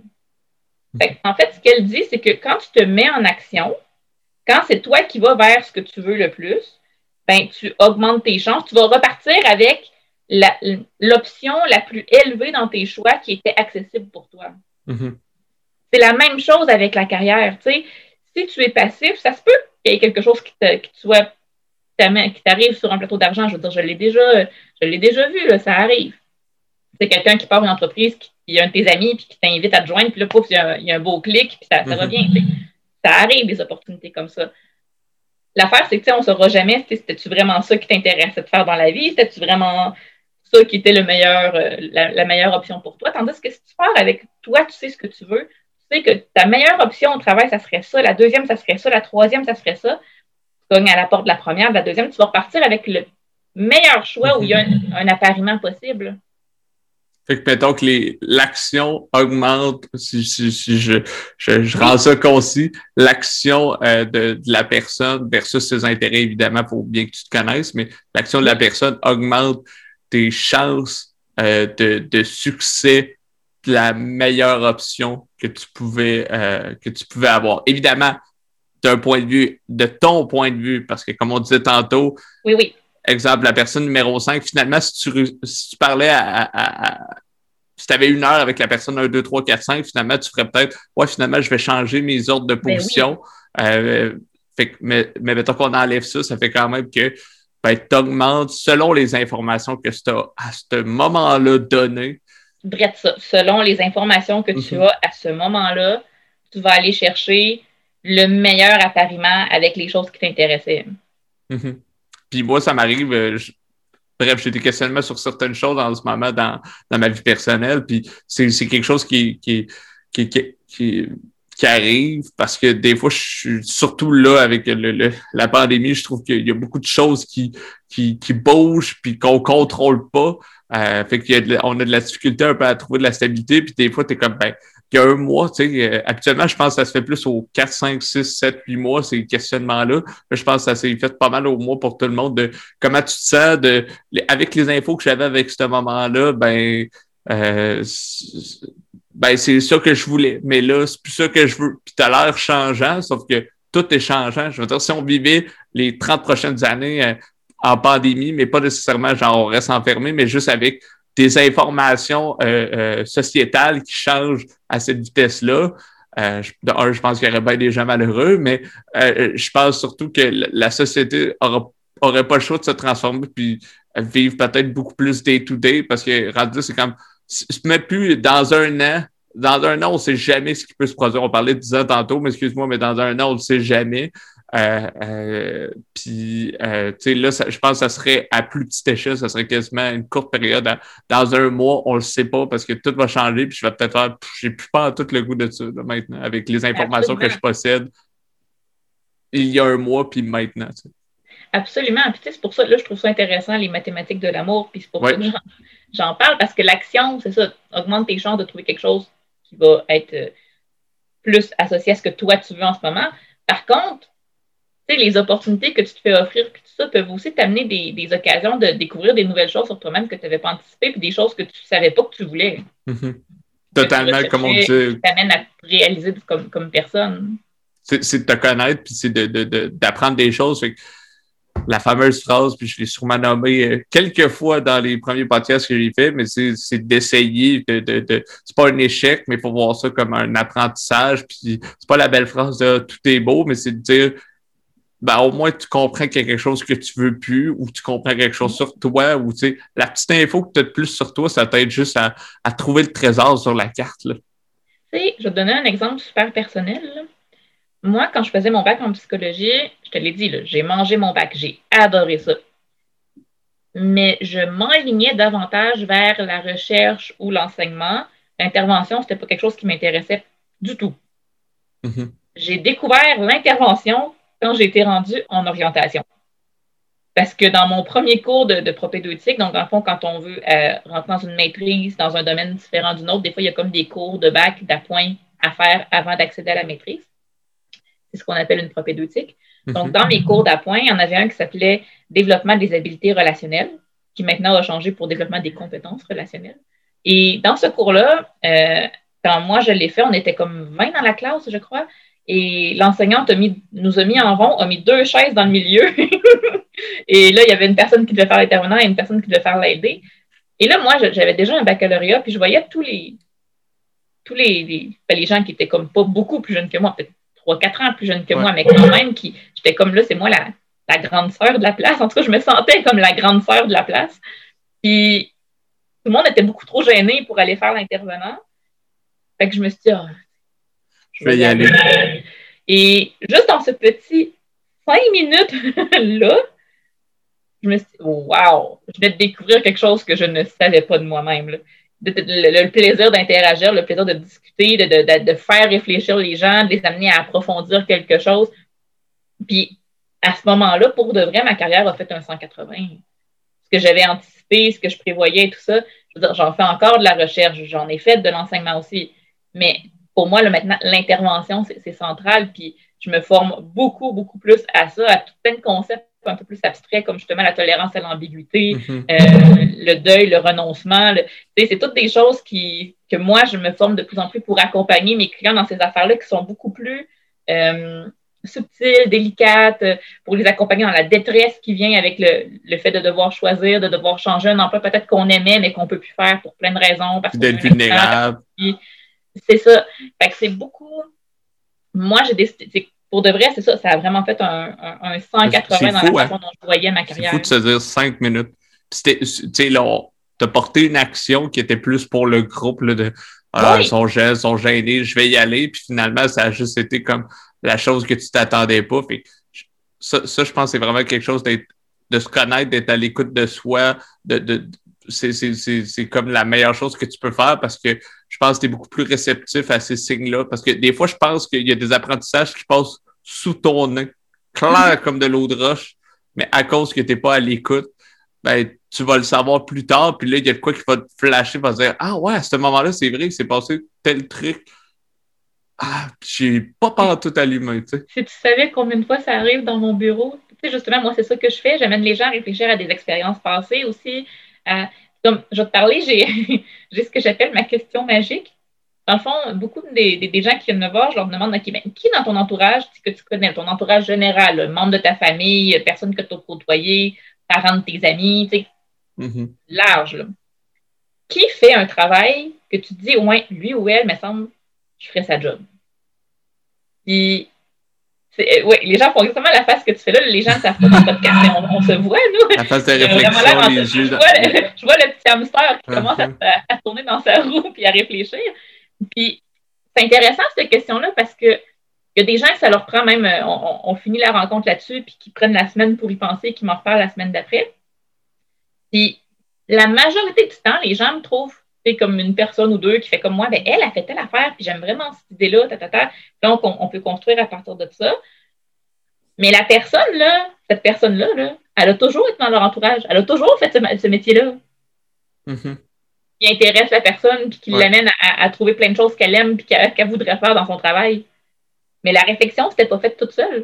Fait que, en fait, ce qu'elle dit, c'est que quand tu te mets en action, quand c'est toi qui vas vers ce que tu veux le plus, ben, tu augmentes tes chances. Tu vas repartir avec la, l'option la plus élevée dans tes choix qui était accessible pour toi. Mm-hmm. C'est la même chose avec la carrière. T'sais. Si tu es passif, ça se peut qu'il y ait quelque chose qui, te, qui, soit, qui t'arrive sur un plateau d'argent. Je veux dire, je l'ai déjà, je l'ai déjà vu, là, ça arrive. C'est quelqu'un qui part une entreprise, qui, il y a un de tes amis, puis qui t'invite à te joindre, puis là, pouf, il y a, il y a un beau clic, puis ça, ça va bien. T'sais. Ça arrive, des opportunités comme ça. L'affaire, c'est que on ne saura jamais si c'était-tu vraiment ça qui t'intéressait de faire dans la vie, c'était-tu vraiment ça qui était le meilleur, euh, la, la meilleure option pour toi. Tandis que si tu pars avec toi, tu sais ce que tu veux, tu sais que ta meilleure option au travail, ça serait ça, la deuxième, ça serait ça, la troisième, ça serait ça. Tu cognes à la porte de la première, de la deuxième, tu vas repartir avec le meilleur choix où il y a un, un appariement possible. Fait que mettons que les, l'action augmente, si, si, si je, je, je rends ça concis, l'action euh, de, de la personne versus ses intérêts, évidemment, pour bien que tu te connaisses, mais l'action de la personne augmente tes chances euh, de, de succès de la meilleure option que tu pouvais euh, que tu pouvais avoir. Évidemment, d'un point de vue, de ton point de vue, parce que comme on disait tantôt, oui, oui. Exemple, la personne numéro cinq, finalement, si tu, si tu parlais à, à, à si tu avais une heure avec la personne un, deux, trois, quatre, cinq, finalement, tu ferais peut-être, ouais, finalement, je vais changer mes ordres de position. Ben oui. euh, fait, mais, mais mettons qu'on enlève ça, ça fait quand même que ben, tu augmentes selon les informations que tu as à ce moment-là donné. Bref, ça, selon les informations que tu mm-hmm. as à ce moment-là, tu vas aller chercher le meilleur appariement avec les choses qui t'intéressaient. Mm-hmm. Puis moi, ça m'arrive, euh, je, bref, j'ai des questionnements sur certaines choses en ce moment dans, dans ma vie personnelle, puis c'est, c'est quelque chose qui, qui, qui, qui, qui, qui arrive parce que des fois, je suis surtout là avec le, le, la pandémie, je trouve qu'il y a beaucoup de choses qui, qui, qui bougent puis qu'on contrôle pas. Euh, fait qu'il y a de, on a de la difficulté un peu à trouver de la stabilité, puis des fois, t'es comme, ben, il y a un mois, tu sais, euh, habituellement, je pense que ça se fait plus aux quatre, cinq, six, sept, huit mois, ces questionnements-là. Là, je pense que ça s'est fait pas mal au mois pour tout le monde de comment tu te sens de, avec les infos que j'avais avec ce moment-là, ben, euh, c'est, ben, c'est ça que je voulais. Mais là, c'est plus ça que je veux. Puis t'as l'air changeant, sauf que tout est changeant. Je veux dire, si on vivait les trente prochaines années euh, en pandémie, mais pas nécessairement genre on reste enfermé, mais juste avec des informations euh, euh, sociétales qui changent à cette vitesse-là. Euh, je, de un, je pense qu'il y aurait bien des gens malheureux, mais euh, je pense surtout que la société aura, aurait pas le choix de se transformer puis vivre peut-être beaucoup plus day-to-day parce que rendu c'est comme, c'est même plus dans un an, dans un an, on ne sait jamais ce qui peut se produire. On parlait de dix ans tantôt, mais excuse-moi, mais dans un an, on ne sait jamais. Euh, euh, puis, euh, tu sais, là, ça, je pense que ça serait à plus petite échelle, ça serait quasiment une courte période. Dans, dans un mois, on le sait pas parce que tout va changer. Puis, je vais peut-être faire, j'ai plus pas tout le goût de ça là, maintenant, avec les informations Absolument. Que je possède il y a un mois, puis maintenant. Tu sais. Absolument. Puis, tu sais, c'est pour ça, là, je trouve ça intéressant, les mathématiques de l'amour. Puis, c'est pour ouais. ça que j'en, j'en parle parce que l'action, c'est ça, augmente tes chances de trouver quelque chose qui va être plus associé à ce que toi, tu veux en ce moment. Par contre, les opportunités que tu te fais offrir, puis tout ça, peuvent aussi t'amener des, des occasions de découvrir des nouvelles choses sur toi-même que tu n'avais pas anticipées, puis des choses que tu ne savais pas que tu voulais. Mm-hmm. Totalement, comme on dit. Qui t'amènent à te réaliser comme, comme personne. C'est, c'est de te connaître, puis c'est de, de, de, d'apprendre des choses. Fait que la fameuse phrase, puis je l'ai sûrement nommée euh, quelques fois dans les premiers podcasts que j'ai fait, mais c'est, c'est d'essayer, de, de, de, c'est pas un échec, mais il faut voir ça comme un apprentissage, puis c'est pas la belle phrase de « tout est beau », mais c'est de dire ben, au moins, tu comprends qu'il y a quelque chose que tu veux plus ou tu comprends quelque chose sur toi ou, tu sais, la petite info que tu as de plus sur toi, ça t'aide juste à, à trouver le trésor sur la carte, là. Tu sais, je vais te donner un exemple super personnel, là. moi, quand je faisais mon bac en psychologie, je te l'ai dit, là, j'ai mangé mon bac, j'ai adoré ça. Mais je m'enlignais davantage vers la recherche ou l'enseignement. L'intervention, c'était pas quelque chose qui m'intéressait du tout. Mm-hmm. J'ai découvert l'intervention quand j'ai été rendue en orientation. Parce que dans mon premier cours de, de propédeutique, donc dans le fond, quand on veut euh, rentrer dans une maîtrise, dans un domaine différent d'une autre, des fois, il y a comme des cours de bac, d'appoint à faire avant d'accéder à la maîtrise. C'est ce qu'on appelle une propédeutique. Mm-hmm. Donc, dans mes cours d'appoint, il y en avait un qui s'appelait Développement des habiletés relationnelles, qui maintenant a changé pour Développement des compétences relationnelles. Et dans ce cours-là, euh, quand moi je l'ai fait, on était comme vingt dans la classe, je crois, et l'enseignante a mis, nous a mis en rond, a mis deux chaises dans le milieu. Et là, il y avait une personne qui devait faire l'intervenant et une personne qui devait faire l'aider. Et là, moi, j'avais déjà un baccalauréat, puis je voyais tous les tous les, les, les gens qui étaient comme pas beaucoup plus jeunes que moi, peut-être trois quatre ans plus jeunes que ouais. moi, mais quand même, qui, j'étais comme là, c'est moi la, la grande sœur de la place. En tout cas, je me sentais comme la grande sœur de la place. Puis, tout le monde était beaucoup trop gêné pour aller faire l'intervenant. Fait que je me suis dit, oh, je vais y aller. aller. Et juste dans ce petit cinq minutes-là, je me suis dit, oh, wow, je venais de découvrir quelque chose que je ne savais pas de moi-même. Là. De, de, le, le plaisir d'interagir, le plaisir de discuter, de, de, de faire réfléchir les gens, de les amener à approfondir quelque chose. Puis, à ce moment-là, pour de vrai, ma carrière a fait un cent quatre-vingts. Ce que j'avais anticipé, ce que je prévoyais et tout ça, je veux dire, j'en fais encore de la recherche, j'en ai fait de l'enseignement aussi. Mais pour moi, là, maintenant, l'intervention, c'est, c'est central. Puis, je me forme beaucoup, beaucoup plus à ça, à tout plein de concepts un peu plus abstraits, comme justement la tolérance à l'ambiguïté, mm-hmm. euh, le deuil, le renoncement. Le, c'est toutes des choses qui, que moi, je me forme de plus en plus pour accompagner mes clients dans ces affaires-là qui sont beaucoup plus euh, subtiles, délicates, pour les accompagner dans la détresse qui vient avec le, le fait de devoir choisir, de devoir changer un emploi peut-être qu'on aimait, mais qu'on ne peut plus faire pour plein de raisons. Parce d'être vulnérable. C'est ça. Fait que c'est beaucoup... Moi, j'ai décidé... Pour de vrai, c'est ça. Ça a vraiment fait un, un, un cent quatre-vingts dans fou, la façon hein? dont je voyais ma carrière. C'est fou de se dire cinq minutes. Tu sais, là, t'as porté une action qui était plus pour le groupe, là, de ah, oui. ils sont jeunes, ils sont gênés, je vais y aller. Puis finalement, ça a juste été comme la chose que tu t'attendais pas. Fait ça, ça, je pense que c'est vraiment quelque chose d'être, de se connaître, d'être à l'écoute de soi. De, de, c'est, c'est, c'est, c'est comme la meilleure chose que tu peux faire parce que je pense que tu es beaucoup plus réceptif à ces signes-là. Parce que des fois, je pense qu'il y a des apprentissages qui passent sous ton nez, clair comme de l'eau de roche, mais à cause que tu n'es pas à l'écoute, ben, tu vas le savoir plus tard, puis là, il y a de quoi qui va te flasher, va te dire « Ah ouais, à ce moment-là, c'est vrai que c'est passé tel truc. » Ah, j'ai pas peur tout allumé, tu sais. Si tu savais combien de fois ça arrive dans mon bureau, tu sais, justement, moi, c'est ça que je fais. J'amène les gens à réfléchir à des expériences passées aussi. À... Comme je vais te parler, j'ai, j'ai ce que j'appelle ma question magique. Dans le fond, beaucoup des, des, des gens qui viennent me voir, je leur demande okay, ben, qui dans ton entourage que tu connais, ton entourage général, là, membre de ta famille, personne que tu as côtoyé, parents de tes amis, tu sais, mm-hmm. large. Là. Qui fait un travail que tu te dis, au moins, lui ou elle, me semble, je ferais sa job. Puis, c'est, ouais, les gens font exactement la face que tu fais là. Les gens ne savent pas dans le podcast, mais on, on se voit, nous. La face de réflexion, les yeux. Je vois, le, je vois le petit hamster qui uh-huh. commence à, à tourner dans sa roue puis à réfléchir. Puis, c'est intéressant, cette question-là, parce que il y a des gens que ça leur prend même, on, on finit la rencontre là-dessus, puis qui prennent la semaine pour y penser, qui m'en reparlent la semaine d'après. Puis, la majorité du temps, les gens me trouvent comme une personne ou deux qui fait comme moi, ben elle a fait telle affaire, puis j'aime vraiment cette idée-là, tatata. Donc, on, on peut construire à partir de ça. Mais la personne, là, cette personne-là, là, elle a toujours été dans leur entourage. Elle a toujours fait ce, ce métier-là. Mm-hmm. Qui intéresse la personne, puis qui ouais. l'amène à, à trouver plein de choses qu'elle aime, puis qu'elle, qu'elle voudrait faire dans son travail. Mais la réflexion, c'était pas faite toute seule.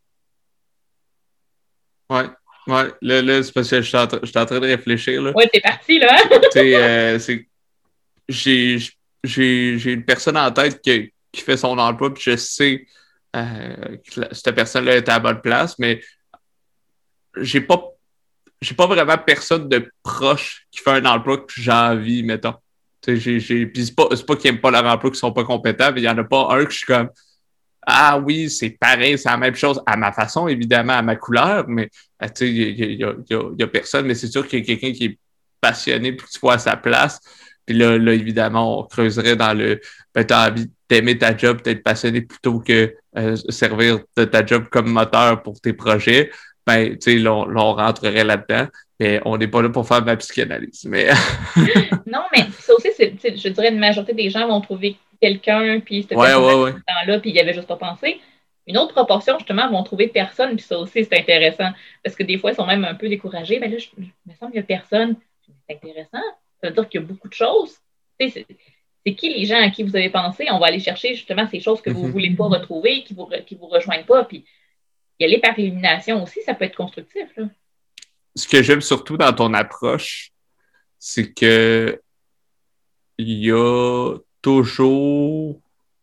Ouais. Ouais, là, là, c'est parce que je suis en, tra- je suis en train de réfléchir. Là. Ouais, t'es parti, là. Tu sais, euh, c'est... J'ai, j'ai, j'ai une personne en tête qui, qui fait son emploi, puis je sais euh, que la, cette personne-là est à la bonne place, mais j'ai pas, j'ai pas vraiment personne de proche qui fait un emploi que j'ai envie, mettons. Tu sais, j'ai, j'ai... Puis c'est pas, c'est pas qu'ils aiment pas leur emploi, qu'ils sont pas compétents, mais il y en a pas un que je suis comme ah oui, c'est pareil, c'est la même chose à ma façon, évidemment, à ma couleur, mais tu sais, il y a, y, a, y, a, y a personne, mais c'est sûr qu'il y a quelqu'un qui est passionné puis que tu vois à sa place. Puis là, là, évidemment, on creuserait dans le ben, t'as envie d'aimer ta job, d'être passionné plutôt que euh, servir de ta job comme moteur pour tes projets, ben, tu sais, là, on, là, on rentrerait là-dedans. Mais on n'est pas là pour faire de la psychanalyse. Mais... non, mais ça aussi, c'est, je dirais, une majorité des gens vont trouver quelqu'un, puis cette ouais, personne ouais, ouais. temps-là, puis il n'y avait juste pas pensé. Une autre proportion, justement, vont trouver personne, puis ça aussi, c'est intéressant. Parce que des fois, ils sont même un peu découragés. Mais là, je, il me semble qu'il n'y a personne. C'est intéressant. Ça veut dire qu'il y a beaucoup de choses. Tu sais, c'est, c'est qui les gens à qui vous avez pensé? On va aller chercher, justement, ces choses que vous ne mm-hmm. voulez pas retrouver, qui ne vous, qui vous rejoignent pas. Puis y aller par élimination aussi, ça peut être constructif, là. Ce que j'aime surtout dans ton approche, c'est que il y a toujours...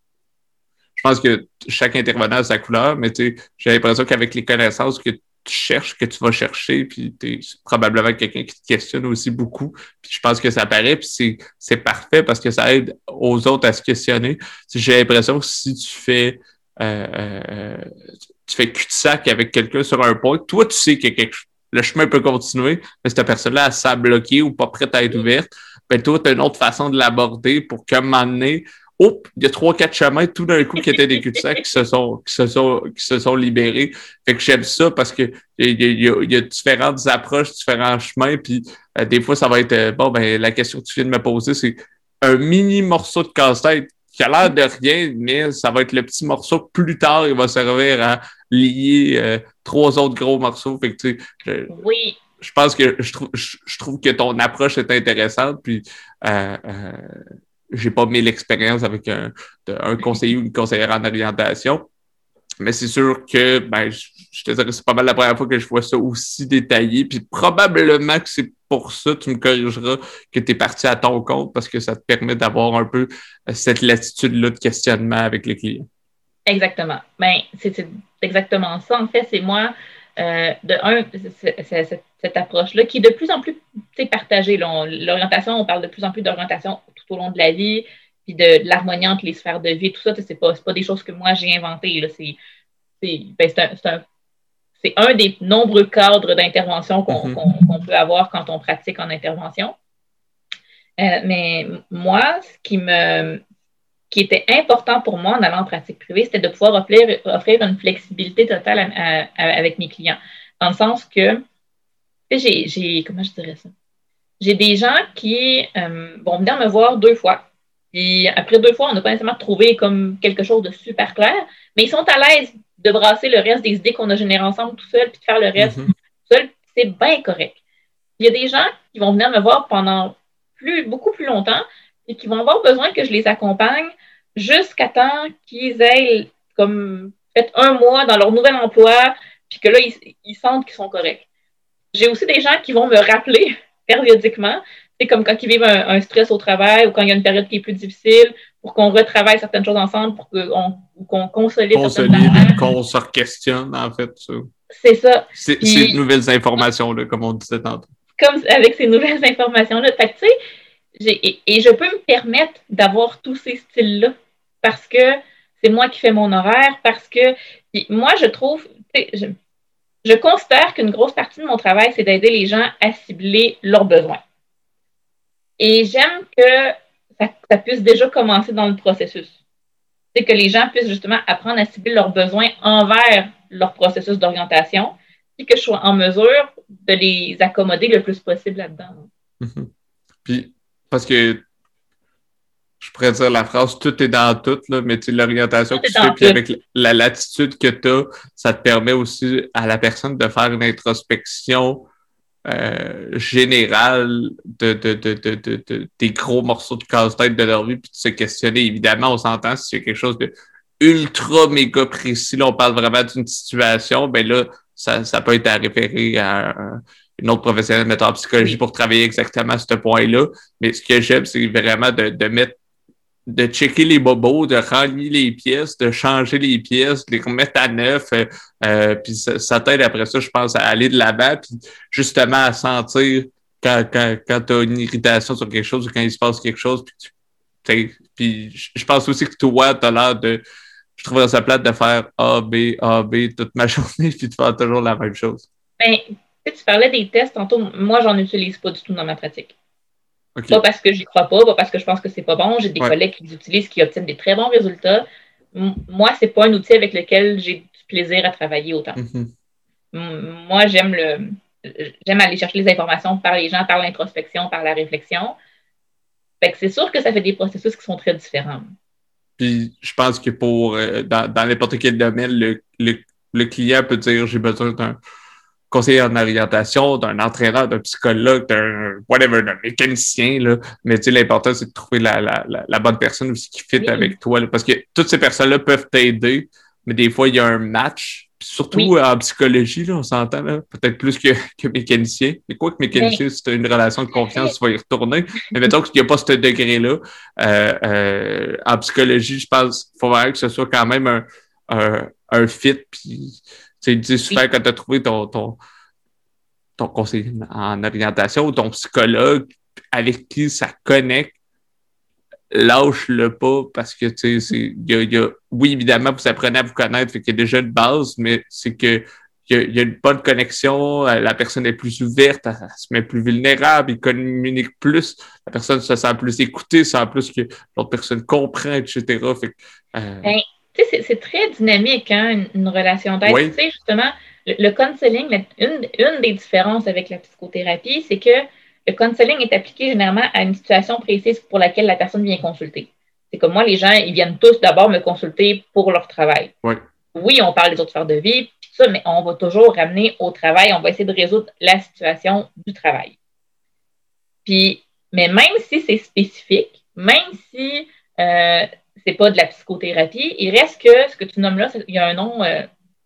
Je pense que chaque intervenant a sa couleur, mais tu sais, j'ai l'impression qu'avec les connaissances que tu cherches, que tu vas chercher, puis tu es probablement quelqu'un qui te questionne aussi beaucoup, puis je pense que ça paraît, puis c'est, c'est parfait parce que ça aide aux autres à se questionner. T'sais, j'ai l'impression que si tu fais euh, euh, tu fais cul-de-sac avec quelqu'un sur un point, toi, tu sais que quelque chose le chemin peut continuer, mais cette personne-là, elle s'est bloquée ou pas prête à être ouverte, ben toi, tu as une autre façon de l'aborder pour qu'à un moment donné, oh, il y a trois, quatre chemins tout d'un coup qui étaient des cul-de-sac qui se sont, qui se sont, qui se sont libérés. Fait que j'aime ça parce que il y, y, y, y a différentes approches, différents chemins, puis euh, des fois, ça va être euh, bon, ben la question que tu viens de me poser, c'est un mini morceau de casse-tête qui a l'air de rien, mais ça va être le petit morceau que plus tard, il va servir à lier euh, trois autres gros morceaux. Fait que, tu sais, je, oui. je pense que je trouve, je, je trouve que ton approche est intéressante, puis euh, euh, j'ai pas mis l'expérience avec un, de, un conseiller ou une conseillère en orientation, mais c'est sûr que, ben, je, je te dirais, c'est pas mal la première fois que je vois ça aussi détaillé, puis probablement que c'est pour ça, tu me corrigeras, que tu es parti à ton compte, parce que ça te permet d'avoir un peu cette latitude-là de questionnement avec les clients. Exactement. Ben, c'est, c'est exactement ça. En fait, c'est moi, euh, de un, c'est, c'est, c'est, cette approche-là qui est de plus en plus partagée. Là. On, l'orientation, on parle de plus en plus d'orientation tout au long de la vie, puis de, de l'harmonie entre les sphères de vie, tout ça, c'est pas, c'est pas des choses que moi j'ai inventées. Là. C'est, c'est, ben, c'est, un, c'est, un, c'est un des nombreux cadres d'intervention qu'on, mm-hmm. qu'on, qu'on peut avoir quand on pratique en intervention. Euh, mais moi, ce qui me... qui était important pour moi en allant en pratique privée, c'était de pouvoir offrir, offrir une flexibilité totale à, à, à, avec mes clients. Dans le sens que, j'ai, j'ai comment je dirais ça? J'ai des gens qui euh, vont venir me voir deux fois. Puis après deux fois, on n'a pas nécessairement trouvé comme quelque chose de super clair, mais ils sont à l'aise de brasser le reste des idées qu'on a générées ensemble tout seul, puis de faire le reste mm-hmm. tout seul. C'est bien correct. Il y a des gens qui vont venir me voir pendant plus, beaucoup plus longtemps et qui vont avoir besoin que je les accompagne jusqu'à temps qu'ils aient comme fait un mois dans leur nouvel emploi, puis que là, ils, ils sentent qu'ils sont corrects. J'ai aussi des gens qui vont me rappeler périodiquement, c'est comme quand ils vivent un, un stress au travail ou quand il y a une période qui est plus difficile, pour qu'on retravaille certaines choses ensemble, pour qu'on, qu'on consolide, consolide certaines qu'on se questionne, en fait. Ça. C'est ça. C'est, puis, ces nouvelles informations-là, comme on disait tantôt. Comme avec ces nouvelles informations-là. Fait que, tu sais, j'ai, et, et je peux me permettre d'avoir tous ces styles-là parce que c'est moi qui fais mon horaire, parce que moi, je trouve, je, je considère qu'une grosse partie de mon travail, c'est d'aider les gens à cibler leurs besoins. Et j'aime que ça, ça puisse déjà commencer dans le processus. C'est que les gens puissent justement apprendre à cibler leurs besoins envers leur processus d'orientation, puis que je sois en mesure de les accommoder le plus possible là-dedans. Mm-hmm. Puis, parce que je pourrais dire la phrase « tout est dans tout », là, mais tu sais, l'orientation que tu fais, puis avec la latitude que tu as, ça te permet aussi à la personne de faire une introspection euh, générale de, de, de, de, de, de, des gros morceaux de casse-tête de leur vie, puis de se questionner. Évidemment, on s'entend si c'est quelque chose de ultra méga précis, là, on parle vraiment d'une situation, ben là, ça, ça peut être à référer à un, une autre professionnelle, mettons en psychologie, pour travailler exactement à ce point-là. Mais ce que j'aime, c'est vraiment de, de mettre de checker les bobos, de rallier les pièces, de changer les pièces, de les remettre à neuf, euh, euh, puis ça, ça t'aide après ça, je pense, à aller de l'avant, puis justement à sentir quand, quand, quand tu as une irritation sur quelque chose ou quand il se passe quelque chose, puis tu puis je pense aussi que toi, tu as l'air de, je trouve ça plate de faire A, B, A, B toute ma journée, puis de faire toujours la même chose. Ben, tu parlais des tests tantôt, moi, j'en utilise pas du tout dans ma pratique. Okay. Pas parce que j'y crois pas, pas parce que je pense que c'est pas bon. J'ai des ouais. collègues qui l'utilisent, qui obtiennent des très bons résultats. M- moi, c'est pas un outil avec lequel j'ai du plaisir à travailler autant. Mm-hmm. M- moi, j'aime le j'aime aller chercher les informations par les gens, par l'introspection, par la réflexion. Fait que c'est sûr que ça fait des processus qui sont très différents. Puis je pense que pour euh, dans, dans n'importe quel domaine, le, le, le client peut dire j'ai besoin d'un conseiller en orientation, d'un entraîneur, d'un psychologue, d'un whatever, d'un mécanicien, là. Mais tu sais, l'important, c'est de trouver la, la, la, la bonne personne aussi qui fit oui. avec toi. Là, parce que toutes ces personnes-là peuvent t'aider, mais des fois, il y a un match. Puis surtout oui. en psychologie, là, on s'entend, là, peut-être plus que, que mécanicien. Mais quoi que mécanicien, mais... si tu as une relation de confiance, tu vas y retourner. Mais mettons qu'il n'y a pas ce degré-là. Euh, euh, en psychologie, je pense qu'il faut vraiment que ce soit quand même un, un, un fit. Puis c'est super oui. quand tu as trouvé ton, ton, ton conseiller en orientation ou ton psychologue avec qui ça connecte. Lâche-le pas parce que, tu sais, y a, y a, oui, évidemment, vous apprenez à vous connaître, fait qu'il y a déjà une base, mais c'est que il y, y a une bonne connexion, la personne est plus ouverte, elle, elle se met plus vulnérable, il communique plus, la personne se sent plus écoutée, sent plus que l'autre personne comprend, et cetera. Fait que, euh... ben, tu sais, c'est, c'est très dynamique, hein, une, une relation d'aide. Oui. Tu sais, justement, le, le counseling, une, une des différences avec la psychothérapie, c'est que le counseling est appliqué généralement à une situation précise pour laquelle la personne vient consulter. C'est comme moi, les gens, ils viennent tous d'abord me consulter pour leur travail. Oui, oui on parle des autres sphères de vie, tout ça, mais on va toujours ramener au travail, on va essayer de résoudre la situation du travail. Puis, mais même si c'est spécifique, même si euh, c'est pas de la psychothérapie, il reste que ce que tu nommes là, il y a un nom, euh,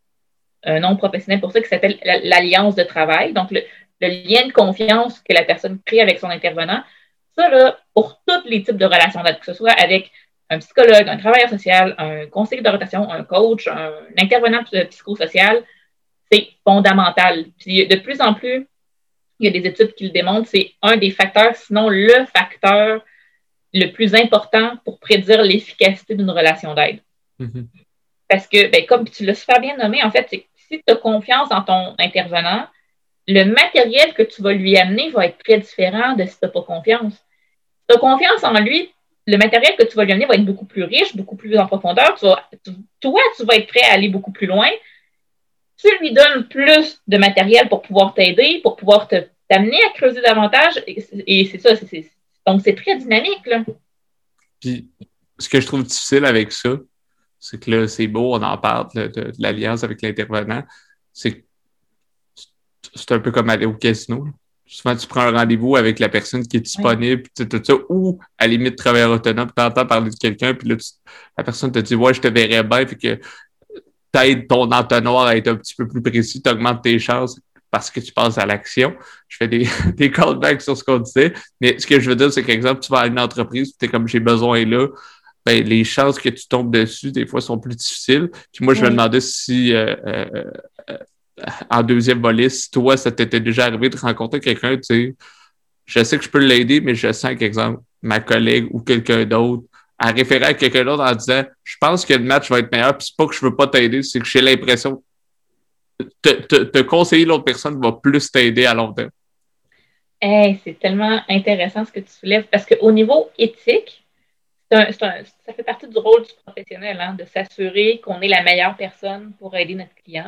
un nom professionnel pour ça qui s'appelle l'alliance de travail. Donc, le, le lien de confiance que la personne crée avec son intervenant, ça, là, pour tous les types de relations d'aide, que ce soit avec un psychologue, un travailleur social, un conseiller d'orientation, un coach, un, un intervenant psychosocial, c'est fondamental. Puis de plus en plus, il y a des études qui le démontrent, c'est un des facteurs, sinon le facteur le plus important pour prédire l'efficacité d'une relation d'aide. Mm-hmm. Parce que, ben, comme tu l'as super bien nommé, en fait, c'est si tu as confiance en ton intervenant, le matériel que tu vas lui amener va être très différent de si tu n'as pas confiance. Si tu as confiance en lui, le matériel que tu vas lui amener va être beaucoup plus riche, beaucoup plus en profondeur. Tu vas, tu, toi, tu vas être prêt à aller beaucoup plus loin. Tu lui donnes plus de matériel pour pouvoir t'aider, pour pouvoir te, t'amener à creuser davantage. Et, et c'est ça. C'est, c'est, donc, c'est très dynamique, là. Puis, ce que je trouve difficile avec ça, c'est que là, c'est beau, on en parle de, de, de l'alliance avec l'intervenant. C'est que c'est un peu comme aller au casino. Souvent, tu prends un rendez-vous avec la personne qui est disponible, oui. tout ça, ou à la limite, travailleur autonome, tu entends parler de quelqu'un, puis là, tu, la personne te dit « Ouais, je te verrais bien », puis que t'aides ton entonnoir à être un petit peu plus précis, tu augmentes tes chances parce que tu passes à l'action. Je fais des, des callbacks sur ce qu'on disait, mais ce que je veux dire, c'est qu'exemple, tu vas à une entreprise, tu es comme « J'ai besoin là », ben, les chances que tu tombes dessus, des fois, sont plus difficiles. Puis moi, je oui. me demandais si... Euh, euh, euh, en deuxième volet, si toi, ça t'était déjà arrivé de rencontrer quelqu'un, tu sais, je sais que je peux l'aider, mais je sens qu'exemple, ma collègue ou quelqu'un d'autre a référé à quelqu'un d'autre en disant je pense que le match va être meilleur, puis c'est pas que je veux pas t'aider, c'est que j'ai l'impression que te, te, te conseiller l'autre personne va plus t'aider à long terme. Hey, c'est tellement intéressant ce que tu soulèves, parce qu'au niveau éthique, c'est un, c'est un, ça fait partie du rôle du professionnel, hein, de s'assurer qu'on est la meilleure personne pour aider notre client.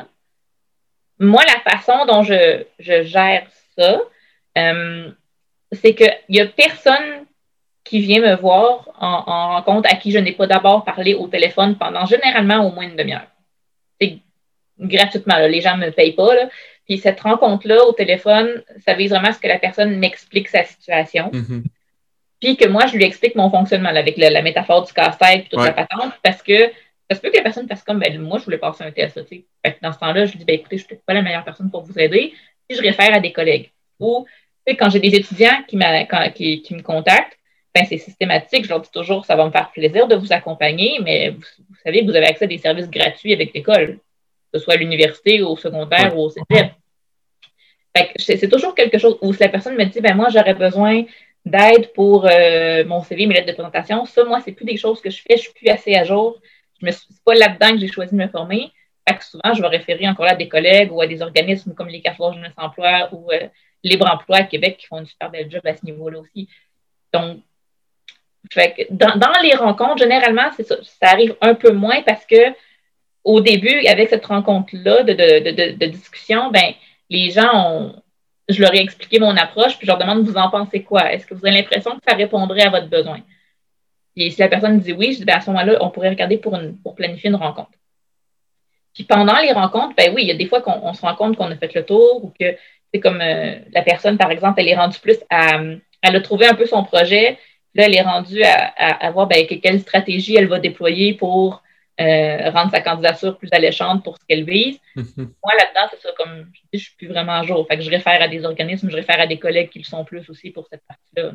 Moi, la façon dont je, je gère ça, euh, c'est qu'il n'y a personne qui vient me voir en, en rencontre à qui je n'ai pas d'abord parlé au téléphone pendant généralement au moins une demi-heure. C'est gratuitement, là, les gens ne me payent pas. Là. Puis cette rencontre-là au téléphone, ça vise vraiment à ce que la personne m'explique sa situation. Mm-hmm. Puis que moi, je lui explique mon fonctionnement là, avec la, la métaphore du casse-tête et toute ouais. la patente, parce que ça se peut que la personne fasse comme, ben, moi, je voulais passer un test. Là, fait que dans ce temps-là, je lui dis, ben, écoutez, je ne suis peut-être pas la meilleure personne pour vous aider. Puis je réfère à des collègues. Ou, quand j'ai des étudiants qui, quand, qui, qui me contactent, ben, c'est systématique. Je leur dis toujours, ça va me faire plaisir de vous accompagner, mais vous, vous savez, vous avez accès à des services gratuits avec l'école, que ce soit à l'université, au secondaire ouais. ou au cégep. Fait que c'est, c'est toujours quelque chose où si la personne me dit, ben, moi, j'aurais besoin d'aide pour euh, mon C V, mes lettres de présentation, ça, moi, c'est plus des choses que je fais, je suis plus assez à jour. Je me suis, c'est pas là-dedans que j'ai choisi de me former. Fait que souvent, je vais référer encore là à des collègues ou à des organismes comme les Carrefour Jeunesse Emploi ou euh, Libre Emploi à Québec qui font une super belle job à ce niveau-là aussi. Donc, fait que dans, dans les rencontres, généralement, c'est ça, ça arrive un peu moins parce que au début, avec cette rencontre-là de, de, de, de, de discussion, ben, les gens ont. Je leur ai expliqué mon approche, puis je leur demande, vous en pensez quoi? Est-ce que vous avez l'impression que ça répondrait à votre besoin? Et si la personne me dit oui, je dis, ben, à ce moment-là, on pourrait regarder pour, une, pour planifier une rencontre. Puis pendant les rencontres, ben oui, il y a des fois qu'on on se rend compte qu'on a fait le tour ou que c'est comme euh, la personne, par exemple, elle est rendue plus à. Elle a trouvé un peu son projet. Là, elle est rendue à, à, à voir ben, quelle stratégie elle va déployer pour euh, rendre sa candidature plus alléchante pour ce qu'elle vise. Mm-hmm. Moi, là-dedans, c'est ça, comme je dis, je ne suis plus vraiment à jour. Fait que je réfère à des organismes, je réfère à des collègues qui le sont plus aussi pour cette partie-là.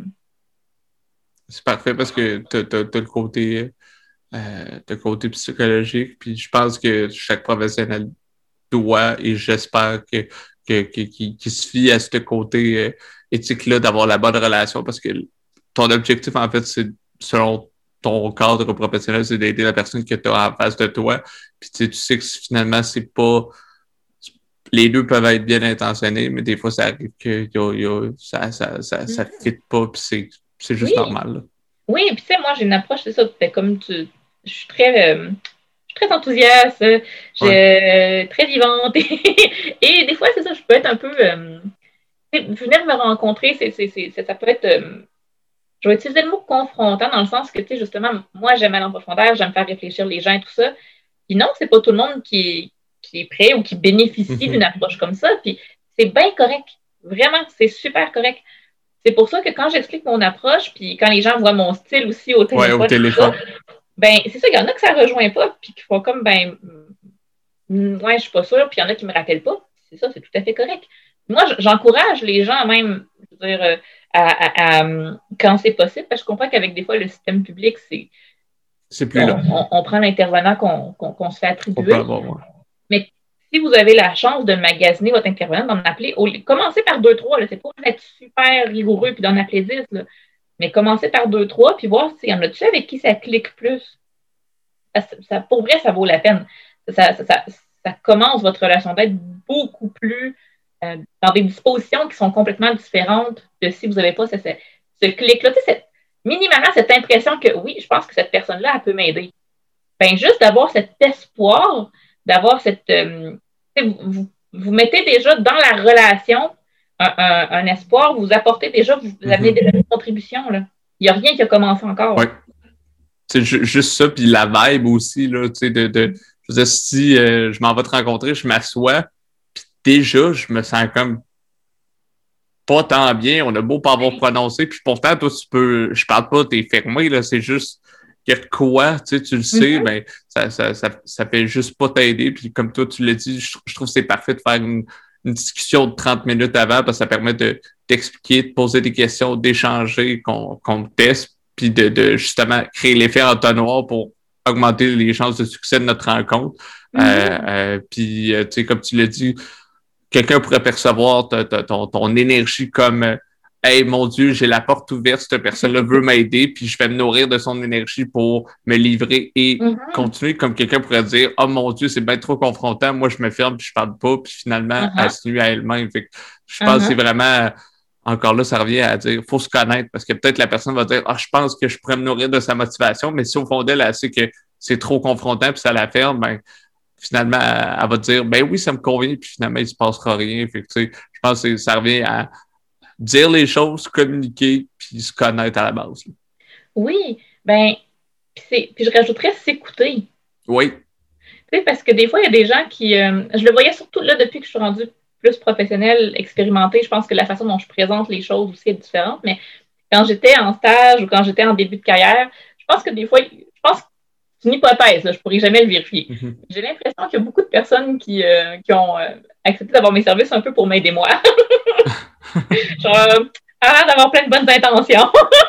C'est parfait parce que tu as le côté euh, le côté psychologique, puis je pense que chaque professionnel doit, et j'espère que, que, que, qu'il, qu'il se fie à ce côté euh, éthique-là d'avoir la bonne relation parce que ton objectif, en fait, c'est selon ton cadre professionnel, c'est d'aider la personne que tu as en face de toi. Puis tu sais, tu sais que finalement, c'est pas. Les deux peuvent être bien intentionnés, mais des fois, ça arrive que yo, yo, ça ça, ça, ça fit pas, puis c'est, c'est juste oui. normal. Là. Oui, puis tu sais, moi, j'ai une approche, c'est ça, comme tu. Je suis très. Euh, très enthousiaste, je, ouais. très vivante. Et, et des fois, c'est ça, je peux être un peu. Euh, venir me rencontrer, c'est, c'est, c'est, ça peut être. Euh, je vais utiliser le mot confrontant dans le sens que, tu sais, justement, moi, j'aime aller en profondeur, j'aime faire réfléchir les gens et tout ça. Puis non, c'est pas tout le monde qui est, qui est prêt ou qui bénéficie mm-hmm. d'une approche comme ça. Puis c'est bien correct. Vraiment, c'est super correct. C'est pour ça que quand j'explique mon approche, puis quand les gens voient mon style aussi au téléphone, ouais, au téléphone. Ça, ben, c'est ça, il y en a que ça ne rejoint pas, puis qui font comme, ben, ouais, je suis pas sûre, puis il y en a qui ne me rappellent pas. C'est ça, c'est tout à fait correct. Moi, j'encourage les gens même, je veux dire, à, à, à, quand c'est possible, parce que je comprends qu'avec des fois, le système public, c'est. C'est plus long. On, on prend l'intervenant qu'on, qu'on, qu'on se fait attribuer. Avoir, ouais. Mais si vous avez la chance de magasiner votre intervenant, d'en appeler, au, commencez par deux, trois, là, c'est pas d'être super rigoureux puis d'en appeler dix, là. Mais commencez par deux, trois, puis voir s'il y en a-tu avec qui ça clique plus. Ça, ça, pour vrai, ça vaut la peine. Ça, ça, ça, ça commence votre relation d'être beaucoup plus euh, dans des dispositions qui sont complètement différentes de si vous n'avez pas ce, ce, ce clic-là. Tu sais, cette, minimalement, cette impression que oui, je pense que cette personne-là, elle peut m'aider. Ben, juste d'avoir cet espoir, d'avoir cette. Euh, vous, vous mettez déjà dans la relation un, un, un espoir, vous apportez déjà, vous avez mm-hmm. déjà une contribution. Là. Il n'y a rien qui a commencé encore. Oui. C'est juste ça, puis la vibe aussi, là, tu sais, de, de. Je veux dire, si euh, je m'en vais te rencontrer, je m'assois, puis déjà, je me sens comme pas tant bien. On a beau pas avoir prononcé, puis pourtant, toi, tu peux. Je parle pas, t'es fermé, là, c'est juste. Il y a de quoi, tu sais, tu le sais, mm-hmm. ben, ça, ça, ça, ça fait juste pas t'aider. Puis comme toi, tu l'as dit, je, je trouve que c'est parfait de faire une, une discussion de trente minutes avant parce que ça permet de t'expliquer, de poser des questions, d'échanger, qu'on, qu'on teste, puis de, de justement créer l'effet entonnoir pour augmenter les chances de succès de notre rencontre. Mm-hmm. Euh, euh, puis, tu sais, comme tu l'as dit, quelqu'un pourrait percevoir ta, ta, ton, ton énergie comme... Hey, mon Dieu, j'ai la porte ouverte, cette personne-là veut m'aider, puis je vais me nourrir de son énergie pour me livrer et mm-hmm. continuer, comme quelqu'un pourrait dire, oh mon Dieu, c'est bien trop confrontant, moi je me ferme, puis je parle pas, puis finalement, mm-hmm. elle se nuit à elle-même. Fait que je pense mm-hmm. que c'est vraiment, encore là, ça revient à dire, faut se connaître, parce que peut-être la personne va dire, ah, oh, je pense que je pourrais me nourrir de sa motivation, mais si au fond d'elle, elle sait que c'est trop confrontant, puis ça la ferme, ben finalement, elle, elle va dire, ben oui, ça me convient, puis finalement, il se passera rien. Fait que, tu sais, je pense que ça revient à dire les choses, communiquer, puis se connaître à la base. Oui, ben, puis je rajouterais s'écouter. Oui. Tu sais, parce que des fois, il y a des gens qui... Euh, je le voyais surtout là, depuis que je suis rendue plus professionnelle, expérimentée, je pense que la façon dont je présente les choses aussi est différente, mais quand j'étais en stage ou quand j'étais en début de carrière, je pense que des fois, je pense que c'est une hypothèse, là, je ne pourrais jamais le vérifier. Mm-hmm. J'ai l'impression qu'il y a beaucoup de personnes qui, euh, qui ont euh, accepté d'avoir mes services un peu pour m'aider moi. Genre, euh, ah, d'avoir plein de bonnes intentions.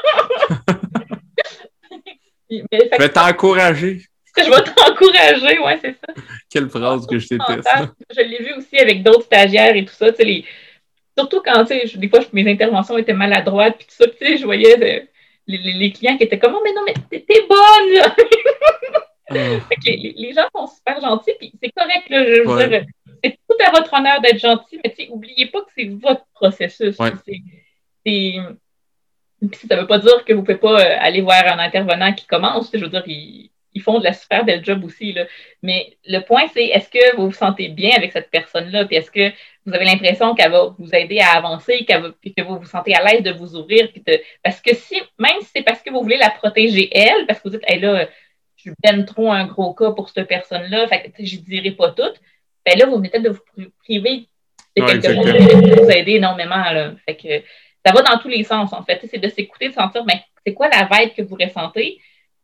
Mais, je vais t'encourager. Je vais t'encourager, ouais, c'est ça. Quelle phrase que je déteste. Je l'ai vu aussi avec d'autres stagiaires et tout ça, tu sais, les... surtout quand, tu sais, des fois, mes interventions étaient maladroites, puis tout ça, tu sais, je voyais euh, les, les, les clients qui étaient comme, oh, mais non, mais t'es, t'es bonne, là. Oh. Fait que les, les gens sont super gentils, puis c'est correct, là, je veux ouais. dire, c'est tout à votre honneur d'être gentil, mais tu sais, oubliez pas que c'est votre processus. Ouais. C'est, c'est, Puis ça ne veut pas dire que vous ne pouvez pas aller voir un intervenant qui commence. Je veux dire, ils, ils font de la super belle job aussi. Là. Mais le point, c'est est-ce que vous vous sentez bien avec cette personne-là? Puis est-ce que vous avez l'impression qu'elle va vous aider à avancer, qu'elle va, puis que vous vous sentez à l'aise de vous ouvrir? Puis de, parce que si, même si c'est parce que vous voulez la protéger elle, parce que vous dites, hey, là, je suis ben trop un gros cas pour cette personne-là, fait que je ne dirai pas tout, ben là, vous venez peut-être de vous priver de ouais, quelque chose qui peut vous aider énormément. Là. Fait que ça va dans tous les sens, en fait. C'est de s'écouter, de sentir, ben, c'est quoi la vibe que vous ressentez,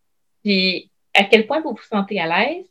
puis à quel point vous vous sentez à l'aise.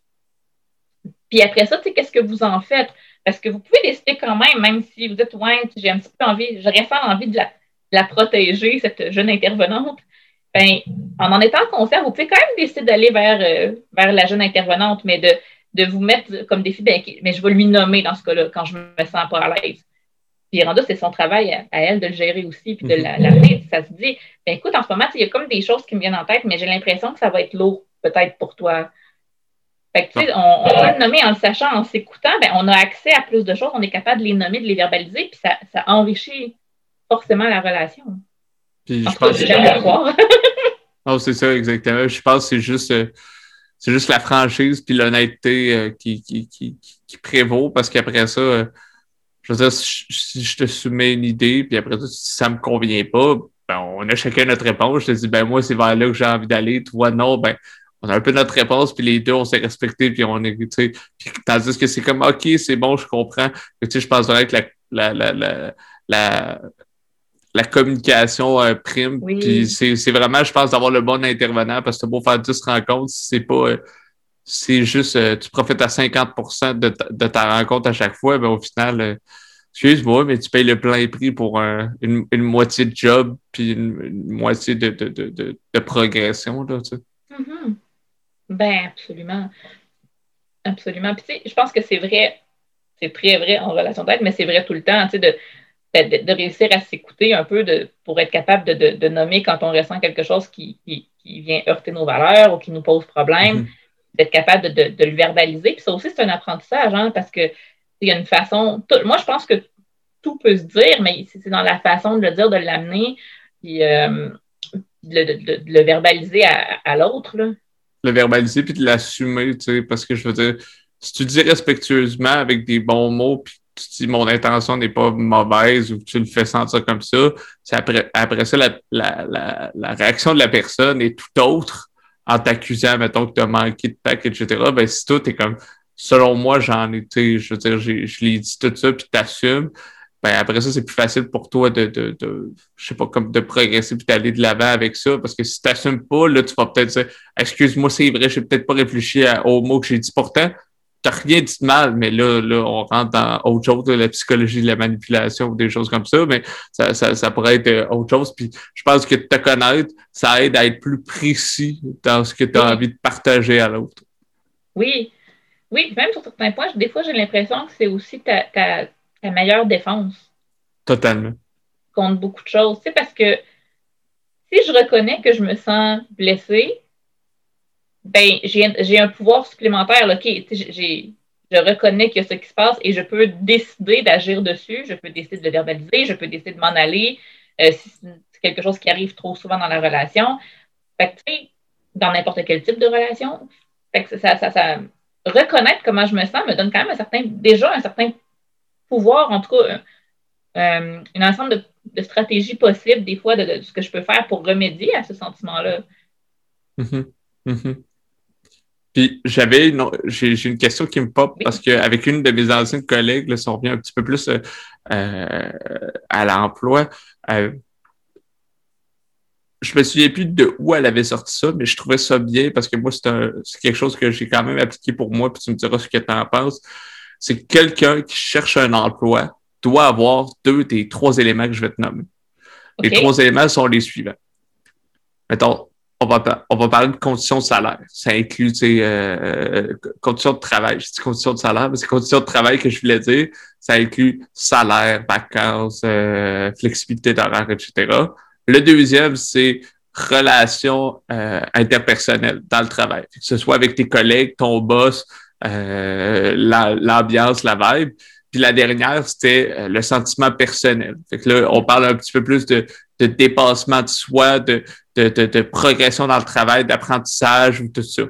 Puis après ça, qu'est-ce que vous en faites? Parce que vous pouvez décider quand même, même si vous dites, ouais, j'ai un petit peu envie, j'aurais fort envie de la, de la protéger, cette jeune intervenante. Ben, en en étant conscient, vous pouvez quand même décider d'aller vers, euh, vers la jeune intervenante, mais de, de vous mettre comme défi, ben, mais je vais lui nommer dans ce cas-là, quand je me sens pas à l'aise. Puis rendu, c'est son travail à, à elle de le gérer aussi, puis de l'amener. Ça se dit, ben écoute, en ce moment, il y a comme des choses qui me viennent en tête, mais j'ai l'impression que ça va être lourd, peut-être pour toi. Fait que, tu sais, on, on peut le nommer en le sachant, en s'écoutant, ben, on a accès à plus de choses, on est capable de les nommer, de les verbaliser, puis ça, ça enrichit forcément la relation. Puis je pense que j'aime le croire. Non, c'est ça, exactement. Je pense que c'est juste, euh, c'est juste la franchise puis l'honnêteté euh, qui, qui, qui, qui prévaut, parce qu'après ça, euh, je veux dire, si je, si je te soumets une idée, puis après ça, si ça me convient pas, ben, on a chacun notre réponse. Je te dis, ben, moi, c'est vers là que j'ai envie d'aller. Toi, non, ben, on a un peu notre réponse, puis les deux, on s'est respectés, puis on est, tu sais, tandis que c'est comme, OK, c'est bon, je comprends. Tu sais, je pense vraiment que la, la, la, la, la, la communication euh, prime, oui. Puis c'est, c'est vraiment, je pense, d'avoir le bon intervenant, parce que t'as beau faire dix rencontres, si c'est pas, euh, c'est juste, euh, tu profites à cinquante pour cent de ta, de ta rencontre à chaque fois, ben, au final, euh, excuse-moi, mais tu payes le plein prix pour un, une, une moitié de job, puis une, une moitié de, de, de, de, de progression, là, tu sais. Mm-hmm. Ben, absolument. Absolument. Puis, tu sais, je pense que c'est vrai, c'est très vrai en relation d'aide, mais c'est vrai tout le temps, tu sais, de, de, de réussir à s'écouter un peu de, pour être capable de, de, de nommer quand on ressent quelque chose qui, qui, qui vient heurter nos valeurs ou qui nous pose problème, mm-hmm. d'être capable de, de, de le verbaliser. Puis ça aussi, c'est un apprentissage, hein, parce que il y a une façon... Tout, moi, je pense que tout peut se dire, mais c'est dans la façon de le dire, de l'amener, puis euh, de, de, de, de le verbaliser à, à l'autre, là. Le verbaliser puis de l'assumer, tu sais, parce que je veux dire, si tu dis respectueusement avec des bons mots, puis tu dis mon intention n'est pas mauvaise, ou tu le fais sentir comme ça, c'est après, après ça, la, la, la, la réaction de la personne est tout autre en t'accusant, mettons, que tu as manqué de tact, et cetera. Ben, si toi, t'es comme, selon moi, j'en ai, tu sais, je veux dire, j'ai, je l'ai dit tout ça, puis t'assumes. Ben, après ça, c'est plus facile pour toi de, de, de je sais pas, comme de progresser puis d'aller de l'avant avec ça. Parce que si t'assumes pas, là, tu vas peut-être dire, excuse-moi, c'est vrai, j'ai peut-être pas réfléchi à, aux mots que j'ai dit. Pourtant, t'as rien dit de mal, mais là, là, on rentre dans autre chose, là, la psychologie de la manipulation ou des choses comme ça, mais ça, ça, ça pourrait être autre chose. Puis je pense que te connaître, ça aide à être plus précis dans ce que tu as oui. envie de partager à l'autre. Oui. Oui, même sur certains points, des fois, j'ai l'impression que c'est aussi ta, ta la meilleure défense. Totalement. Contre beaucoup de choses. Tu sais, parce que si je reconnais que je me sens blessée, ben, j'ai, j'ai un pouvoir supplémentaire. Là, okay, j'ai, je reconnais qu'il y a ce qui se passe et je peux décider d'agir dessus. Je peux décider de le verbaliser. Je peux décider de m'en aller euh, si c'est quelque chose qui arrive trop souvent dans la relation. Fait que, tu sais, dans n'importe quel type de relation. Fait que ça, ça, ça, reconnaître comment je me sens me donne quand même un certain, déjà un certain pouvoir, en tout cas, euh, un ensemble de, de stratégies possibles, des fois, de, de ce que je peux faire pour remédier à ce sentiment-là. Mm-hmm. Mm-hmm. Puis, j'avais une, j'ai, j'ai une question qui me pop, oui. Parce qu'avec une de mes anciennes collègues, là, si on revient un petit peu plus euh, euh, à l'emploi, euh, je me souviens plus de où elle avait sorti ça, mais je trouvais ça bien parce que moi, c'est, un, c'est quelque chose que j'ai quand même appliqué pour moi, puis tu me diras ce que tu en penses. C'est que quelqu'un qui cherche un emploi doit avoir deux des trois éléments que je vais te nommer. Okay. Les trois éléments sont les suivants. Mettons, on va, on va parler de conditions de salaire. Ça inclut, tu sais, euh, conditions de travail. Je dis conditions de salaire, mais c'est conditions de travail que je voulais dire. Ça inclut salaire, vacances, euh, flexibilité d'horaire, et cetera. Le deuxième, c'est relations euh, interpersonnelles dans le travail. Que ce soit avec tes collègues, ton boss, Euh, la, l'ambiance, la vibe. Puis la dernière, c'était euh, le sentiment personnel. Fait que là, on parle un petit peu plus de, de dépassement de soi, de, de, de, de progression dans le travail, d'apprentissage ou tout ça.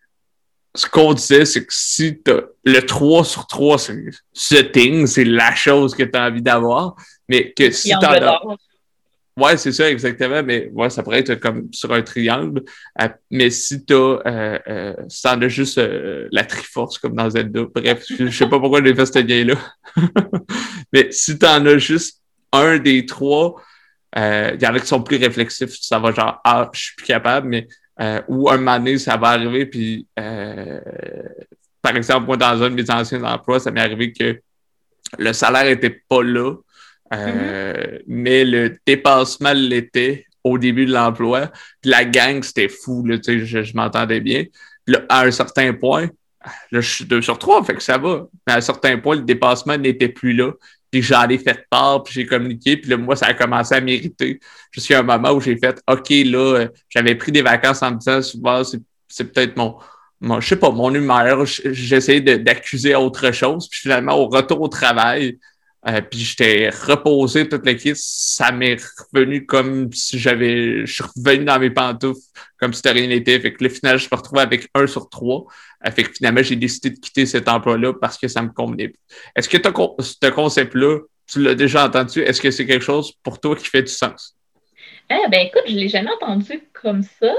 Ce qu'on disait, c'est que si t'as le trois sur trois, c'est ce thing, c'est la chose que tu as envie d'avoir, mais que si t'en as... Ouais, c'est ça, exactement, mais ouais, ça pourrait être comme sur un triangle. Euh, mais si t'as euh, euh, si t'en as juste euh, la Triforce comme dans Zelda, bref, je, je sais pas pourquoi j'ai fait ce lien-là. Mais si t'en as juste un des trois, il euh, y en a qui sont plus réflexifs, ça va genre ah, je suis plus capable, mais euh, ou un moment donné, ça va arriver, puis euh, par exemple, moi, dans un de mes anciens emplois, ça m'est arrivé que le salaire était pas là. Euh, mm-hmm. Mais le dépassement l'était au début de l'emploi. Puis la gang, c'était fou, là, tu sais, je, je m'entendais bien. Puis là, à un certain point, là, je suis deux sur trois, fait que ça va. Mais à un certain point, le dépassement n'était plus là. Puis j'en ai fait part, puis j'ai communiqué, puis là, moi, ça a commencé à m'irriter. Jusqu'à un moment où j'ai fait, OK, là, euh, j'avais pris des vacances en me disant, souvent, c'est, c'est peut-être mon, mon, je sais pas, mon humeur. J'essayais de, d'accuser autre chose. Puis finalement, au retour au travail, Euh, puis j'étais reposé toute l'équipe, ça m'est revenu comme si j'avais, je suis revenu dans mes pantoufles, comme si de rien n'était. Fait que le final, je me retrouvais avec un sur trois. Euh, fait que finalement, j'ai décidé de quitter cet emploi-là parce que ça me convenait. Est-ce que ce concept-là, tu l'as déjà entendu? Est-ce que c'est quelque chose pour toi qui fait du sens? Ah, ben écoute, je l'ai jamais entendu comme ça,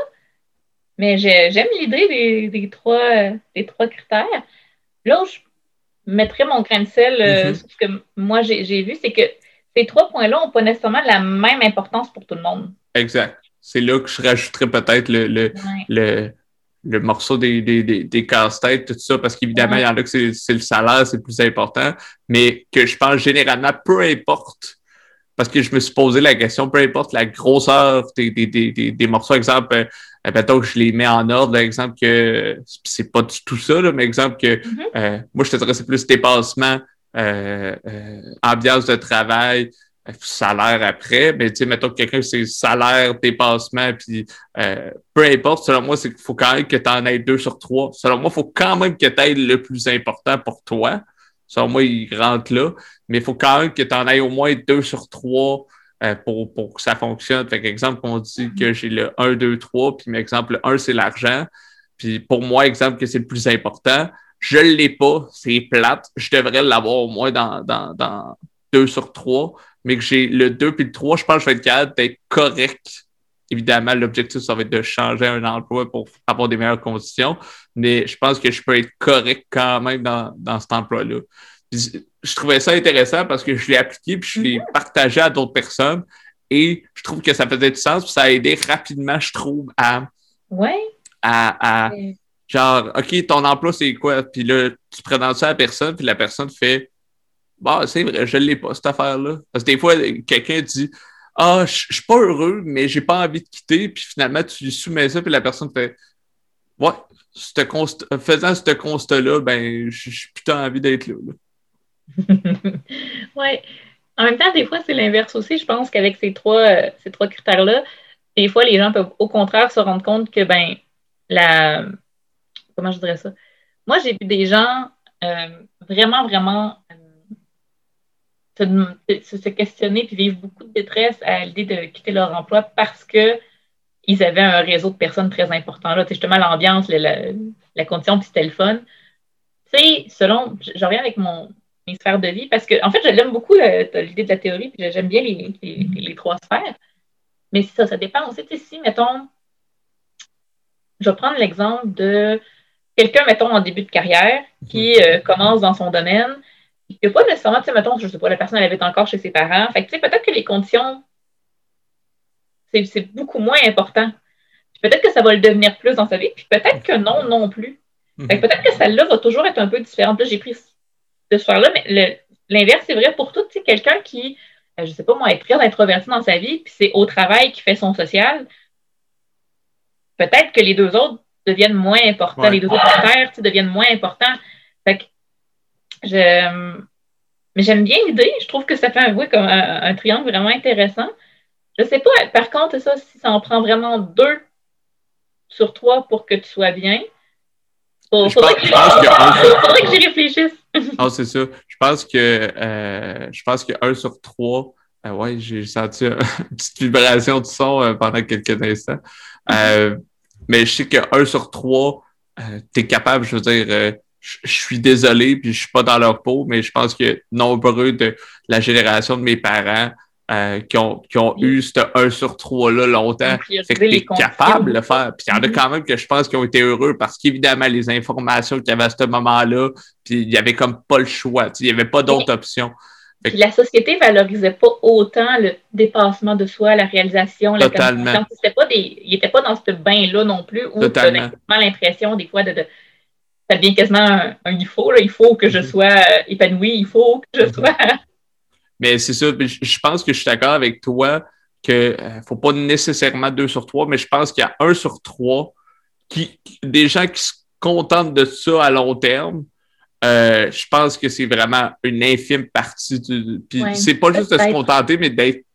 mais j'aime l'idée des, des, trois, des trois critères. Là où je mettrais mon grain de sel euh, mm-hmm. sur ce que moi j'ai, j'ai vu, c'est que ces trois points-là n'ont pas nécessairement la même importance pour tout le monde. Exact. C'est là que je rajouterais peut-être le, le, ouais. le, le morceau des, des, des, des casse-têtes, tout ça, parce qu'évidemment, il ouais. y en a que c'est, c'est le salaire, c'est le plus important, mais que je pense généralement, peu importe, parce que je me suis posé la question, peu importe la grosseur des, des, des, des, des morceaux, exemple, euh, mettons que je les mets en ordre, exemple que c'est pas du tout ça, là, mais exemple que mm-hmm. euh, moi, je te dirais c'est plus dépassement, euh, euh, ambiance de travail, euh, salaire après, mais tu sais, mettons que quelqu'un, c'est salaire, dépassement, puis euh, peu importe, selon moi, c'est qu'il faut quand même que tu en aies deux sur trois. Selon moi, il faut quand même que tu aies le plus important pour toi. Selon moi, il rentre là, mais il faut quand même que tu en aies au moins deux sur trois euh, pour, pour que ça fonctionne. Fait qu'exemple, on dit que j'ai le un, deux, trois, puis exemple, le un, c'est l'argent. Puis pour moi, exemple, que c'est le plus important, je ne l'ai pas, c'est plate. Je devrais l'avoir au moins dans, dans, dans deux sur trois, mais que j'ai le deux puis le trois, je pense que je vais être capable d'être correct. Évidemment, l'objectif, ça va être de changer un emploi pour avoir des meilleures conditions, mais je pense que je peux être correct quand même dans, dans cet emploi-là. Puis, je trouvais ça intéressant parce que je l'ai appliqué puis je l'ai partagé à d'autres personnes et je trouve que ça faisait du sens puis ça a aidé rapidement, je trouve, à... Ouais. À, à ouais. Genre, OK, ton emploi, c'est quoi? Puis là, tu présentes ça à la personne puis la personne fait bah, c'est vrai, je ne l'ai pas, cette affaire-là. Parce que des fois, quelqu'un dit ah, je suis pas heureux, mais j'ai pas envie de quitter. Puis finalement, tu lui soumets ça, puis la personne fait ouais, const... faisant ce constat-là, ben, j'ai plutôt envie d'être là. là. Oui. En même temps, des fois, c'est l'inverse aussi. Je pense qu'avec ces trois, euh, ces trois critères-là, des fois, les gens peuvent au contraire se rendre compte que, ben, la. Comment je dirais ça? Moi, j'ai vu des gens euh, vraiment, vraiment. Euh, Se, se questionner puis vivre beaucoup de détresse à l'idée de quitter leur emploi parce qu'ils avaient un réseau de personnes très important. Là, justement, l'ambiance, la, la, la condition, puis c'était le fun. Tu sais, selon, je reviens avec mon, mes sphères de vie parce que, en fait, je l'aime beaucoup la, l'idée de la théorie puis j'aime bien les, les, les trois sphères. Mais ça, ça dépend aussi. Tu sais, si, mettons, je vais prendre l'exemple de quelqu'un, mettons, en début de carrière qui euh, commence dans son domaine. Il n'y a pas nécessairement, tu sais, mettons, je ne sais pas, la personne, elle habite encore chez ses parents. Fait que, tu sais, peut-être que les conditions, c'est, c'est beaucoup moins important. Puis peut-être que ça va le devenir plus dans sa vie, puis peut-être que non, non plus. Fait que peut-être que celle-là va toujours être un peu différente. Là, j'ai pris ce soir-là, mais le, l'inverse, c'est vrai pour tout, tu sais, quelqu'un qui, je ne sais pas moi, est très introverti dans sa vie, puis c'est au travail qu'il fait son social. Peut-être que les deux autres deviennent moins importants, ouais. Les deux autres critères, tu sais, deviennent moins importants. Fait que Je... Mais j'aime bien l'idée. Je trouve que ça fait un, oui, comme un, un triangle vraiment intéressant. Je sais pas, par contre, ça, si ça en prend vraiment deux sur trois pour que tu sois bien, Faut, je faudrait, pense, que, je pense que un... faudrait que j'y réfléchisse. Non, c'est ça. Je pense que euh, je pense que un sur trois, euh, ouais, j'ai senti une petite vibration de son euh, pendant quelques instants. Euh, mais je sais que un sur trois, euh, t'es capable, je veux dire, euh, je je suis désolé, puis je suis pas dans leur peau, mais je pense que nombreux de la génération de mes parents euh, qui ont, qui ont Oui. eu ce un sur trois-là longtemps, fait que Prioriser les t'es conditions. capable de le faire. Puis il y en a Mhm. quand même que je pense qui ont été heureux parce qu'évidemment, les informations qu'il y avait à ce moment-là, puis il y avait comme pas le choix. Il y avait pas d'autre Oui. option. Fait Puis que la société valorisait pas autant le dépassement de soi, la réalisation, la pleine totalement, conscience. C'était pas des, ils n'étaient pas dans ce bain-là non plus où tu as totalement. l'impression des fois de, de ça devient quasiment un, un il faut, là, il faut que je Mhm. sois euh, épanoui, il faut que je Mhm. sois. Mais c'est ça, je je pense que je suis d'accord avec toi que euh, faut pas nécessairement deux sur trois, mais je pense qu'il y a un sur trois qui, qui- des gens qui se contentent de ça à long terme. Euh, je pense que c'est vraiment une infime partie du. Puis Ouais, c'est pas juste de se peut-être contenter, mais d'être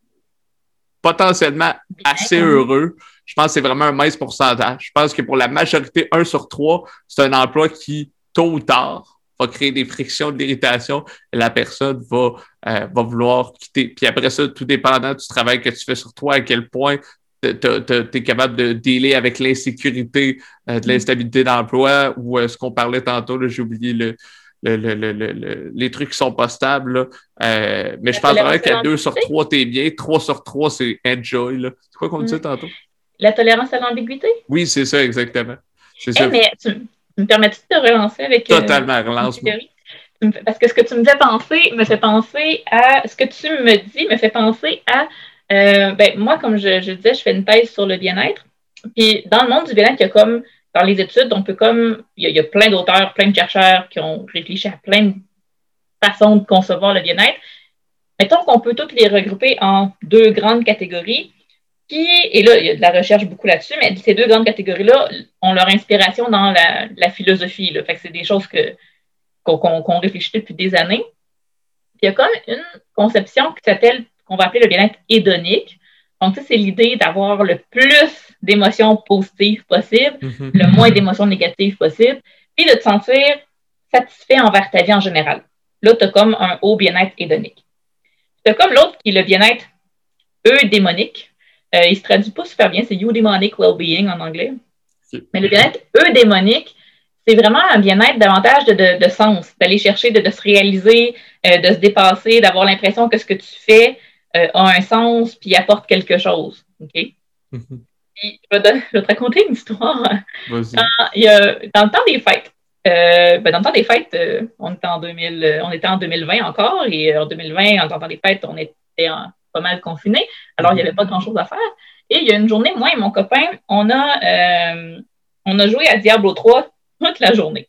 potentiellement bien assez quand même. heureux. Je pense que c'est vraiment un mince pourcentage. Je pense que pour la majorité, un sur trois, c'est un emploi qui, tôt ou tard, va créer des frictions, de l'irritation, et la personne va, euh, va vouloir quitter. Puis après ça, tout dépendant du travail que tu fais sur toi, à quel point tu es capable de dealer avec l'insécurité, euh, de l'instabilité d'emploi, ou euh, ce qu'on parlait tantôt, là, j'ai oublié le, le, le, le, le, les trucs qui sont pas stables. Là. Euh, mais La je pense vraiment tolérance à qu'à deux sur l'ambiguïté. trois, t'es bien. Trois sur trois, c'est enjoy. Là. C'est quoi qu'on Mm. disait tantôt? La tolérance à l'ambiguïté. Oui, c'est ça, exactement. C'est Hey, ça. mais tu, tu me permets-tu de te relancer avec euh, Totalement, une relance-moi. théorie? Tu me fais- Parce que ce que tu me fais penser me fait penser à. Ce que tu me dis me fait penser à. Euh, ben, moi, comme je, je disais, je fais une thèse sur le bien-être. Puis dans le monde du bien-être, il y a comme. Dans les études, on peut comme. Il y a, il y a plein d'auteurs, plein de chercheurs qui ont réfléchi à plein de façons de concevoir le bien-être. Mettons qu'on peut toutes les regrouper en deux grandes catégories. Puis, et là, il y a de la recherche beaucoup là-dessus, mais ces deux grandes catégories-là ont leur inspiration dans la, la philosophie. Là. Fait que c'est des choses que, qu'on, qu'on, qu'on réfléchit depuis des années. Puis, il y a comme une conception qui s'appelle, qu'on va appeler le bien-être hédonique. Donc, ça, c'est l'idée d'avoir le plus d'émotions positives possible, Mhm. le moins d'émotions négatives possible, puis de te sentir satisfait envers ta vie en général. Là, tu as comme un haut bien-être hédonique. Tu as comme l'autre qui est le bien-être eudémonique. Euh, il se traduit pas super bien, c'est eudaimonic well-being en anglais. Ok. Mais le bien-être eudémonique, c'est vraiment un bien-être davantage de, de, de sens, d'aller chercher, de, de se réaliser, euh, de se dépasser, d'avoir l'impression que ce que tu fais euh, a un sens puis apporte quelque chose. OK? Mhm. Puis, je, vais te, je vais te raconter une histoire. Vas-y. Quand, il y a, dans le temps des fêtes, euh, ben, dans le temps des fêtes, euh, on, était en deux mille, on était en deux mille vingt encore, et en deux mille vingt, en temps des fêtes, on était en, pas mal confinés, alors il n'y avait pas grand-chose à faire. Et il y a une journée, moi et mon copain, on a, euh, on a joué à Diablo trois toute la journée.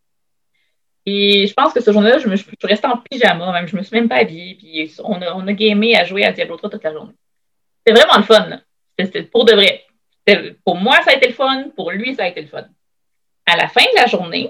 Et je pense que ce jour-là, je, me, je suis restée en pyjama, même, je me suis même pas habillée, puis on a, on a gamé à jouer à Diablo trois toute la journée. C'était vraiment le fun. C'était pour de vrai. C'était, pour moi, ça a été le fun, pour lui, ça a été le fun. À la fin de la journée,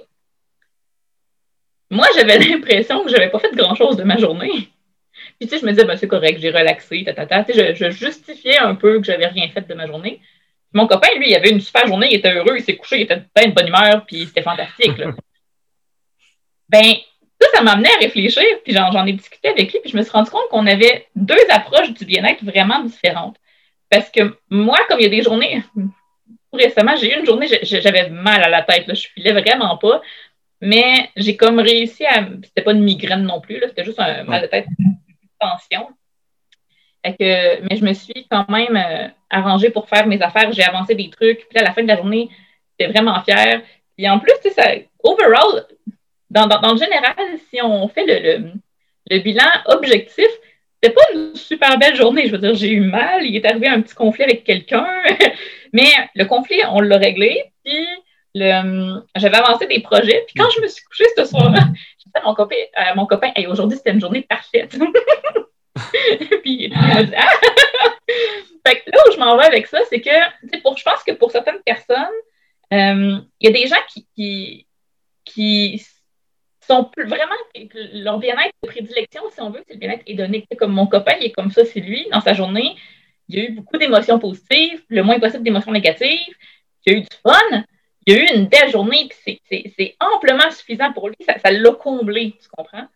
moi, j'avais l'impression que je n'avais pas fait grand-chose de ma journée. Puis, tu sais, je me disais, ben, c'est correct, j'ai relaxé, tatata. Tu sais, je, je justifiais un peu que j'avais rien fait de ma journée. Mon copain, lui, il avait une super journée, il était heureux, il s'est couché, il était plein de bonne humeur, puis c'était fantastique. Là. Ben, ça, ça m'a amené à réfléchir, puis j'en, j'en ai discuté avec lui, puis je me suis rendu compte qu'on avait deux approches du bien-être vraiment différentes. Parce que moi, comme il y a des journées, tout récemment, j'ai eu une journée, j'avais mal à la tête, là, je filais vraiment pas, mais j'ai comme réussi à. C'était pas une migraine non plus, là, c'était juste un mal de tête, une tension. Fait que, mais je me suis quand même euh, arrangée pour faire mes affaires, j'ai avancé des trucs, puis là, à la fin de la journée, j'étais vraiment fière. Puis en plus, tu sais, ça, overall, dans, dans, dans le général, si on fait le, le, le bilan objectif, c'était pas une super belle journée. Je veux dire, j'ai eu mal, il est arrivé un petit conflit avec quelqu'un, mais le conflit, on l'a réglé, puis le, j'avais avancé des projets, puis quand je me suis couchée ce soir-là, j'ai dit à mon copain, à mon copain hey, aujourd'hui, c'était une journée parfaite. Puis il m'a dit ah! Fait que là où je m'en vais avec ça, c'est que pour, je pense que pour certaines personnes, euh, il y a des gens qui, qui, qui sont plus, vraiment leur bien-être de prédilection, si on veut, c'est le bien-être hédonique. Comme mon copain, il est comme ça, c'est lui, dans sa journée, il y a eu beaucoup d'émotions positives, le moins possible d'émotions négatives, il y a eu du fun, il a eu une belle journée, puis c'est, c'est, c'est amplement suffisant pour lui. Ça, ça l'a comblé, tu comprends?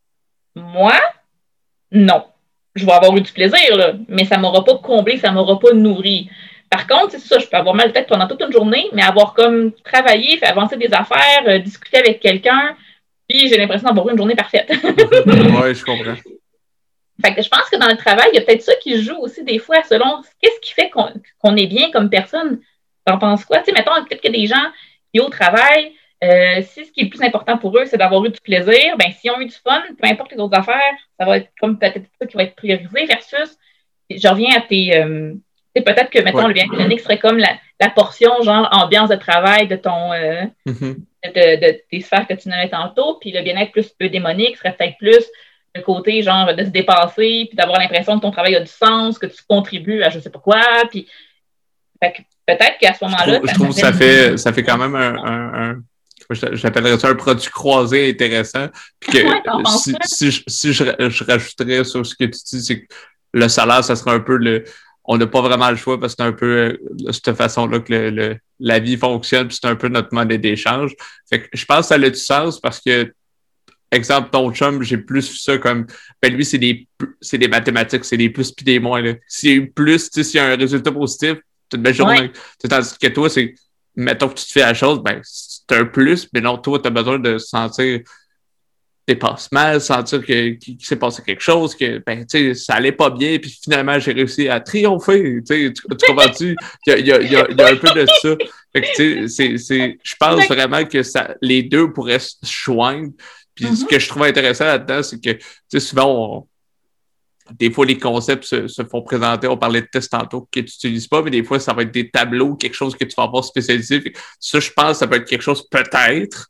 Moi, non. Je vais avoir eu du plaisir, là, mais ça ne m'aura pas comblé, ça ne m'aura pas nourri. Par contre, c'est ça, je peux avoir mal de tête pendant toute une journée, mais avoir comme travaillé, fait avancer des affaires, euh, discuter avec quelqu'un, puis j'ai l'impression d'avoir eu une journée parfaite. Oui, je comprends. Fait que je pense que dans le travail, il y a peut-être ça qui joue aussi des fois selon qu'est-ce qui fait qu'on, qu'on est bien comme personne. T'en penses quoi? Tu sais, mettons, peut-être qu'il y a des gens qui, au travail, euh, si ce qui est le plus important pour eux, c'est d'avoir eu du plaisir, ben s'ils ont eu du fun, peu importe les autres affaires, ça va être comme peut-être ça qui va être priorisé versus, je reviens à tes... Euh, tu sais, peut-être que, mettons, ouais. le bien-être clinique serait comme la, la portion, genre, ambiance de travail de ton... Euh, mm-hmm. de, de, de tes sphères que tu nommais tantôt, puis le bien-être plus eudémonique serait peut-être plus le côté, genre, de se dépasser, puis d'avoir l'impression que ton travail a du sens, que tu contribues à je sais pas quoi, puis fait que peut-être qu'à ce moment-là... Je trouve, je trouve que ça fait, ça fait quand même un... un, un... J'appellerais ça un produit croisé intéressant. Puis que ouais, si, si, je, si je, je rajouterais sur ce que tu dis, c'est que le salaire, ça serait un peu le... On n'a pas vraiment le choix parce que c'est un peu de cette façon-là que le, le, la vie fonctionne, puis c'est un peu notre monnaie d'échange. Fait que je pense que ça a du sens parce que, exemple, ton chum, j'ai plus ça comme... Ben lui, c'est des, c'est des mathématiques, c'est des plus puis des moins. Là. S'il y a eu plus, tu sais, s'il y a un résultat positif, c'est une belle journée. Ouais. Tandis que toi, c'est... Mettons que tu te fais la chose, ben c'est un plus, mais non, toi, tu as besoin de sentir tes passements, sentir que, qu'il, qu'il s'est passé quelque chose, que ben, tu sais, ça allait pas bien, puis finalement, j'ai réussi à triompher. Tu, tu comprends-tu? Il y a, il y a, il y a, il y a un peu de ça. Fait que, tu sais, c'est, c'est, je pense vraiment que ça, les deux pourraient se joindre. Puis mm-hmm. ce que je trouve intéressant là-dedans, c'est que, tu sais, souvent, on, des fois, les concepts se, se font présenter. On parlait de tests tantôt que tu n'utilises pas, mais des fois, ça va être des tableaux, quelque chose que tu vas avoir spécialisé. Ça, je pense, ça peut être quelque chose, peut-être,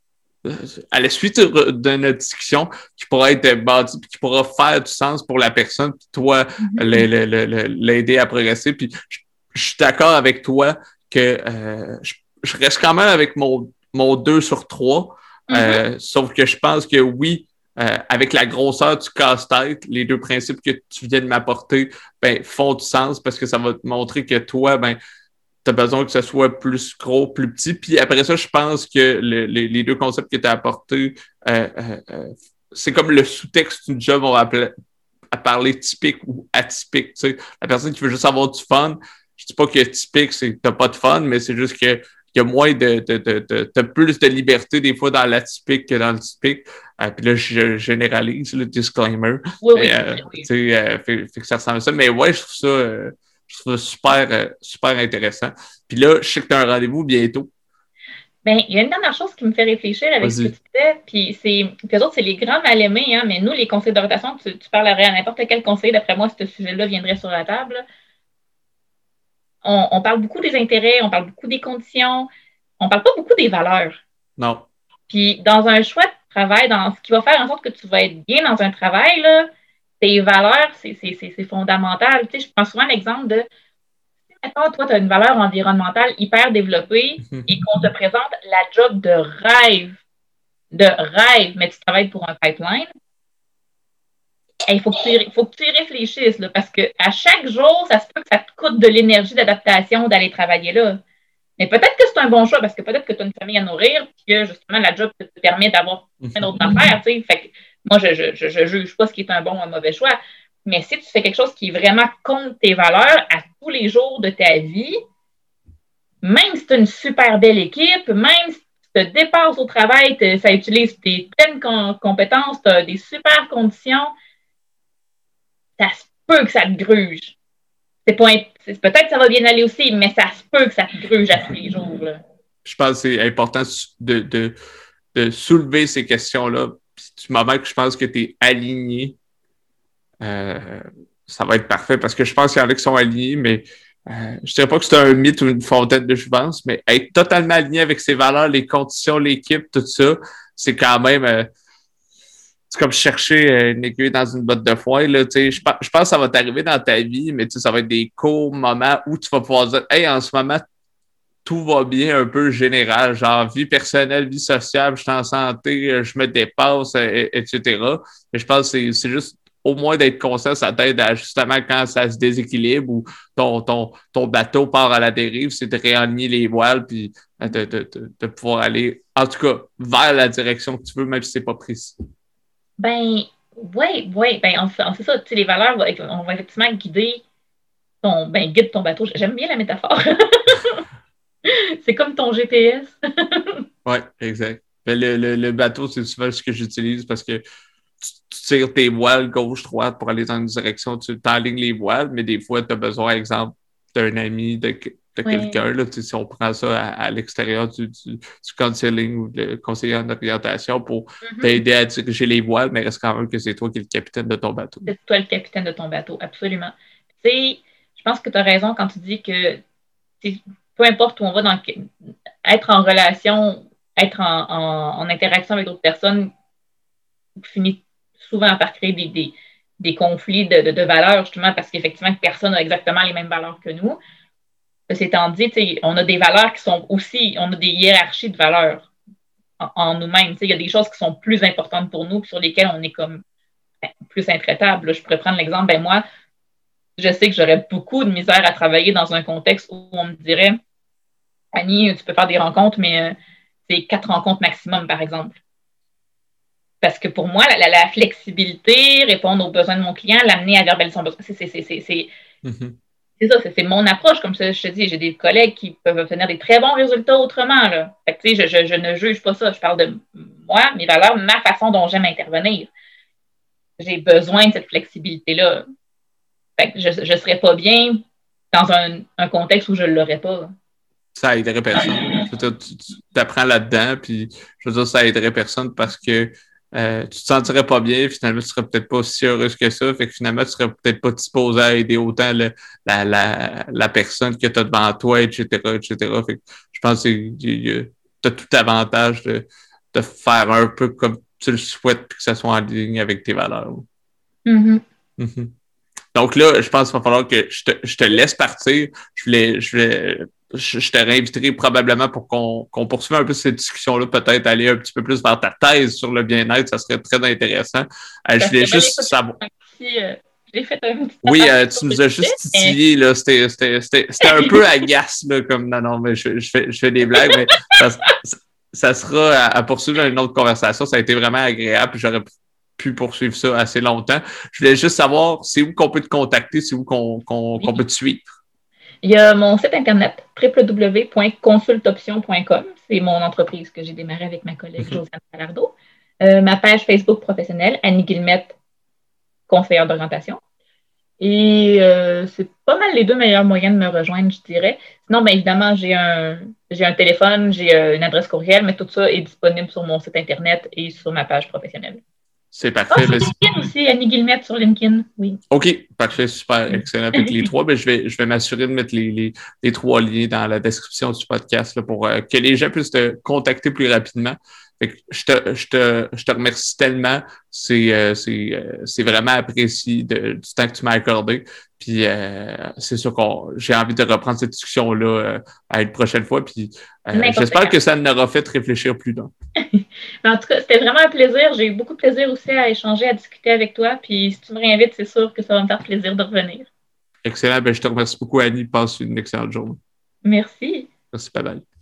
à la suite de notre discussion, qui pourra être bâti, puis qui pourra faire du sens pour la personne, puis toi, mm-hmm. l'aider à progresser. Puis je, je suis d'accord avec toi que euh, je, je reste quand même avec mon, mon deux sur trois, mm-hmm. euh, sauf que je pense que oui, Euh, avec la grosseur du casse-tête, les deux principes que tu viens de m'apporter ben, font du sens parce que ça va te montrer que toi, ben, tu as besoin que ce soit plus gros, plus petit. Puis après ça, je pense que le, les, les deux concepts que tu as apportés, euh, euh, euh, c'est comme le sous-texte du job, on va appeler, à parler typique ou atypique. Tu sais. La personne qui veut juste avoir du fun, je dis pas que typique, c'est que tu n'as pas de fun, mais c'est juste que il y a moins de, de, de, de, de plus de liberté des fois dans l'atypique que dans le typique. Euh, puis là, je généralise le disclaimer. Oui, oui. Euh, oui. Euh, fait, fait que ça ressemble à ça. Mais ouais, je trouve ça, euh, je trouve ça super, euh, super intéressant. Puis là, je sais que tu as un rendez-vous bientôt. Bien, il y a une dernière chose qui me fait réfléchir avec Vas-y. Ce que tu disais, puis c'est, les autres, c'est les grands mal-aimés, hein, mais nous, les conseillers d'orientation, tu, tu parlerais à n'importe quel conseiller, d'après moi, ce sujet-là viendrait sur la table. On, on parle beaucoup des intérêts, on parle beaucoup des conditions, on parle pas beaucoup des valeurs. Non. Puis dans un choix de travail, dans ce qui va faire en sorte que tu vas être bien dans un travail, là, tes valeurs, c'est, c'est, c'est, c'est fondamental. Tu sais, je prends souvent l'exemple de, mettons, toi, tu as une valeur environnementale hyper développée et qu'on te présente la job de rêve, de rêve, mais tu travailles pour un pipeline. Il faut que tu, faut que tu y réfléchisses, là, parce qu'à chaque jour, ça se peut que ça te coûte de l'énergie d'adaptation d'aller travailler là. Mais peut-être que c'est un bon choix, parce que peut-être que tu as une famille à nourrir, puis que justement, la job te permet d'avoir plein d'autres affaires. Fait que moi, je ne je, je juge pas ce qui est un bon ou un mauvais choix. Mais si tu fais quelque chose qui est vraiment contre tes valeurs à tous les jours de ta vie, même si tu as une super belle équipe, même si tu te dépasses au travail, ça utilise tes pleines com- compétences, tu as des super conditions, ça se peut que ça te gruge. C'est pas imp- c'est, peut-être que ça va bien aller aussi, mais ça se peut que ça te gruge à tous les jours. Là. Je pense que c'est important de, de, de soulever ces questions-là. Puis du moment que je pense que tu es aligné, euh, ça va être parfait parce que je pense qu'il y en a qui sont alignés, mais euh, je ne dirais pas que c'est un mythe ou une fontaine de jouvence, mais être totalement aligné avec ses valeurs, les conditions, l'équipe, tout ça, c'est quand même... Euh, c'est comme chercher une aiguille dans une botte de foin. Là, je, je pense que ça va t'arriver dans ta vie, mais ça va être des courts moments où tu vas pouvoir dire « Hey, en ce moment, tout va bien un peu général, genre vie personnelle, vie sociale, je suis en santé, je me dépasse, et, et cetera » Mais je pense que c'est, c'est juste au moins d'être conscient, ça t'aide à justement quand ça se déséquilibre ou ton, ton, ton bateau part à la dérive, c'est de réaligner les voiles puis de, de, de, de pouvoir aller, en tout cas, vers la direction que tu veux, même si c'est pas précis. Ben, oui, oui, ben, on, on, c'est ça, tu sais, les valeurs, on va effectivement guider ton, ben, guide ton bateau. J'aime bien la métaphore. C'est comme ton G P S. Oui, exact. Ben, le, le, le bateau, c'est souvent ce que j'utilise parce que tu, tu tires tes voiles gauche-droite pour aller dans une direction, tu t'enlignes les voiles, mais des fois, tu as besoin, exemple, d'un ami, de, de quelqu'un. Là, si on prend ça à, à l'extérieur du, du, du counseling ou le conseiller en orientation pour mm-hmm. t'aider à diriger les voiles, mais reste quand même que c'est toi qui es le capitaine de ton bateau. C'est toi le capitaine de ton bateau, absolument. Tu sais, je pense que tu as raison quand tu dis que peu importe où on va, dans, être en relation, être en, en, en interaction avec d'autres personnes finit souvent par créer des, des, des conflits de, de, de valeurs, justement, parce qu'effectivement, personne n'a exactement les mêmes valeurs que nous. C'est étant dit, on a des valeurs qui sont aussi, on a des hiérarchies de valeurs en, en nous-mêmes. Il y a des choses qui sont plus importantes pour nous, sur lesquelles on est comme ben, plus intraitable. Là, je pourrais prendre l'exemple, ben moi, je sais que j'aurais beaucoup de misère à travailler dans un contexte où on me dirait Annie, tu peux faire des rencontres, mais euh, c'est quatre rencontres maximum, par exemple. Parce que pour moi, la, la, la flexibilité, répondre aux besoins de mon client, l'amener à verbaliser son besoin, c'est, c'est, c'est, c'est, c'est, mm-hmm. c'est ça, c'est, c'est mon approche. Comme ça, je te dis, j'ai des collègues qui peuvent obtenir des très bons résultats autrement. Là. Fait que, je, je, je ne juge pas ça. Je parle de moi, mes valeurs, ma façon dont j'aime intervenir. J'ai besoin de cette flexibilité-là. Fait que je ne serais pas bien dans un, un contexte où je ne l'aurais pas. Ça aiderait personne. Je veux dire, tu, tu apprends là-dedans, puis je veux dire, ça aiderait personne parce que euh, tu te sentirais pas bien, finalement, tu serais peut-être pas aussi heureuse que ça, fait que finalement, tu serais peut-être pas disposé à aider autant le, la, la, la personne que tu as devant toi, et cetera, et cetera. Fait que je pense que tu as tout avantage de, de faire un peu comme tu le souhaites, puis que ça soit en ligne avec tes valeurs. Mm-hmm. Mm-hmm. Donc là, je pense qu'il va falloir que je te, je te laisse partir. Je voulais, je voulais, je, je te réinviterai probablement pour qu'on, qu'on poursuive un peu cette discussion-là, peut-être aller un petit peu plus vers ta thèse sur le bien-être. Ça serait très intéressant. Euh, je voulais juste savoir. Petit, euh, j'ai fait un petit oui, euh, tu nous as juste titillé, là. C'était, c'était, c'était, c'était un peu agace, là, comme non, non, mais je, je, fais, je fais des blagues, mais ça, ça, ça sera à, à poursuivre une autre conversation. Ça a été vraiment agréable. Puis j'aurais pu poursuivre ça assez longtemps. Je voulais juste savoir, c'est où qu'on peut te contacter, c'est où qu'on, qu'on, qu'on peut te suivre? Il y a mon site internet, w w w point consultoption point com. C'est mon entreprise que j'ai démarrée avec ma collègue mm-hmm. Josiane Salardo. Euh, ma page Facebook professionnelle, Annie Guillemette, conseillère d'orientation. Et euh, c'est pas mal les deux meilleurs moyens de me rejoindre, je dirais. Sinon, bien évidemment, j'ai un, j'ai un téléphone, j'ai euh, une adresse courriel, mais tout ça est disponible sur mon site internet et sur ma page professionnelle. C'est parfait. Ah, sur LinkedIn aussi, Annie Guillemette sur LinkedIn, oui. OK, parfait, super, excellent. Avec les trois, ben, je vais, je vais m'assurer de mettre les, les, les trois liens dans la description du podcast là, pour euh, que les gens puissent te contacter plus rapidement. Fait que je, te, je, te, je te remercie tellement. C'est, euh, c'est, euh, c'est vraiment apprécié de, du temps que tu m'as accordé. Puis euh, c'est sûr que j'ai envie de reprendre cette discussion-là euh, à une prochaine fois. Puis euh, j'espère que ça n'aura fait réfléchir plus d'un. En tout cas, c'était vraiment un plaisir. J'ai eu beaucoup de plaisir aussi à échanger, à discuter avec toi. Puis si tu me réinvites, c'est sûr que ça va me faire plaisir de revenir. Excellent. Ben, je te remercie beaucoup, Annie. Passe une excellente journée. Merci. Merci, bye bye.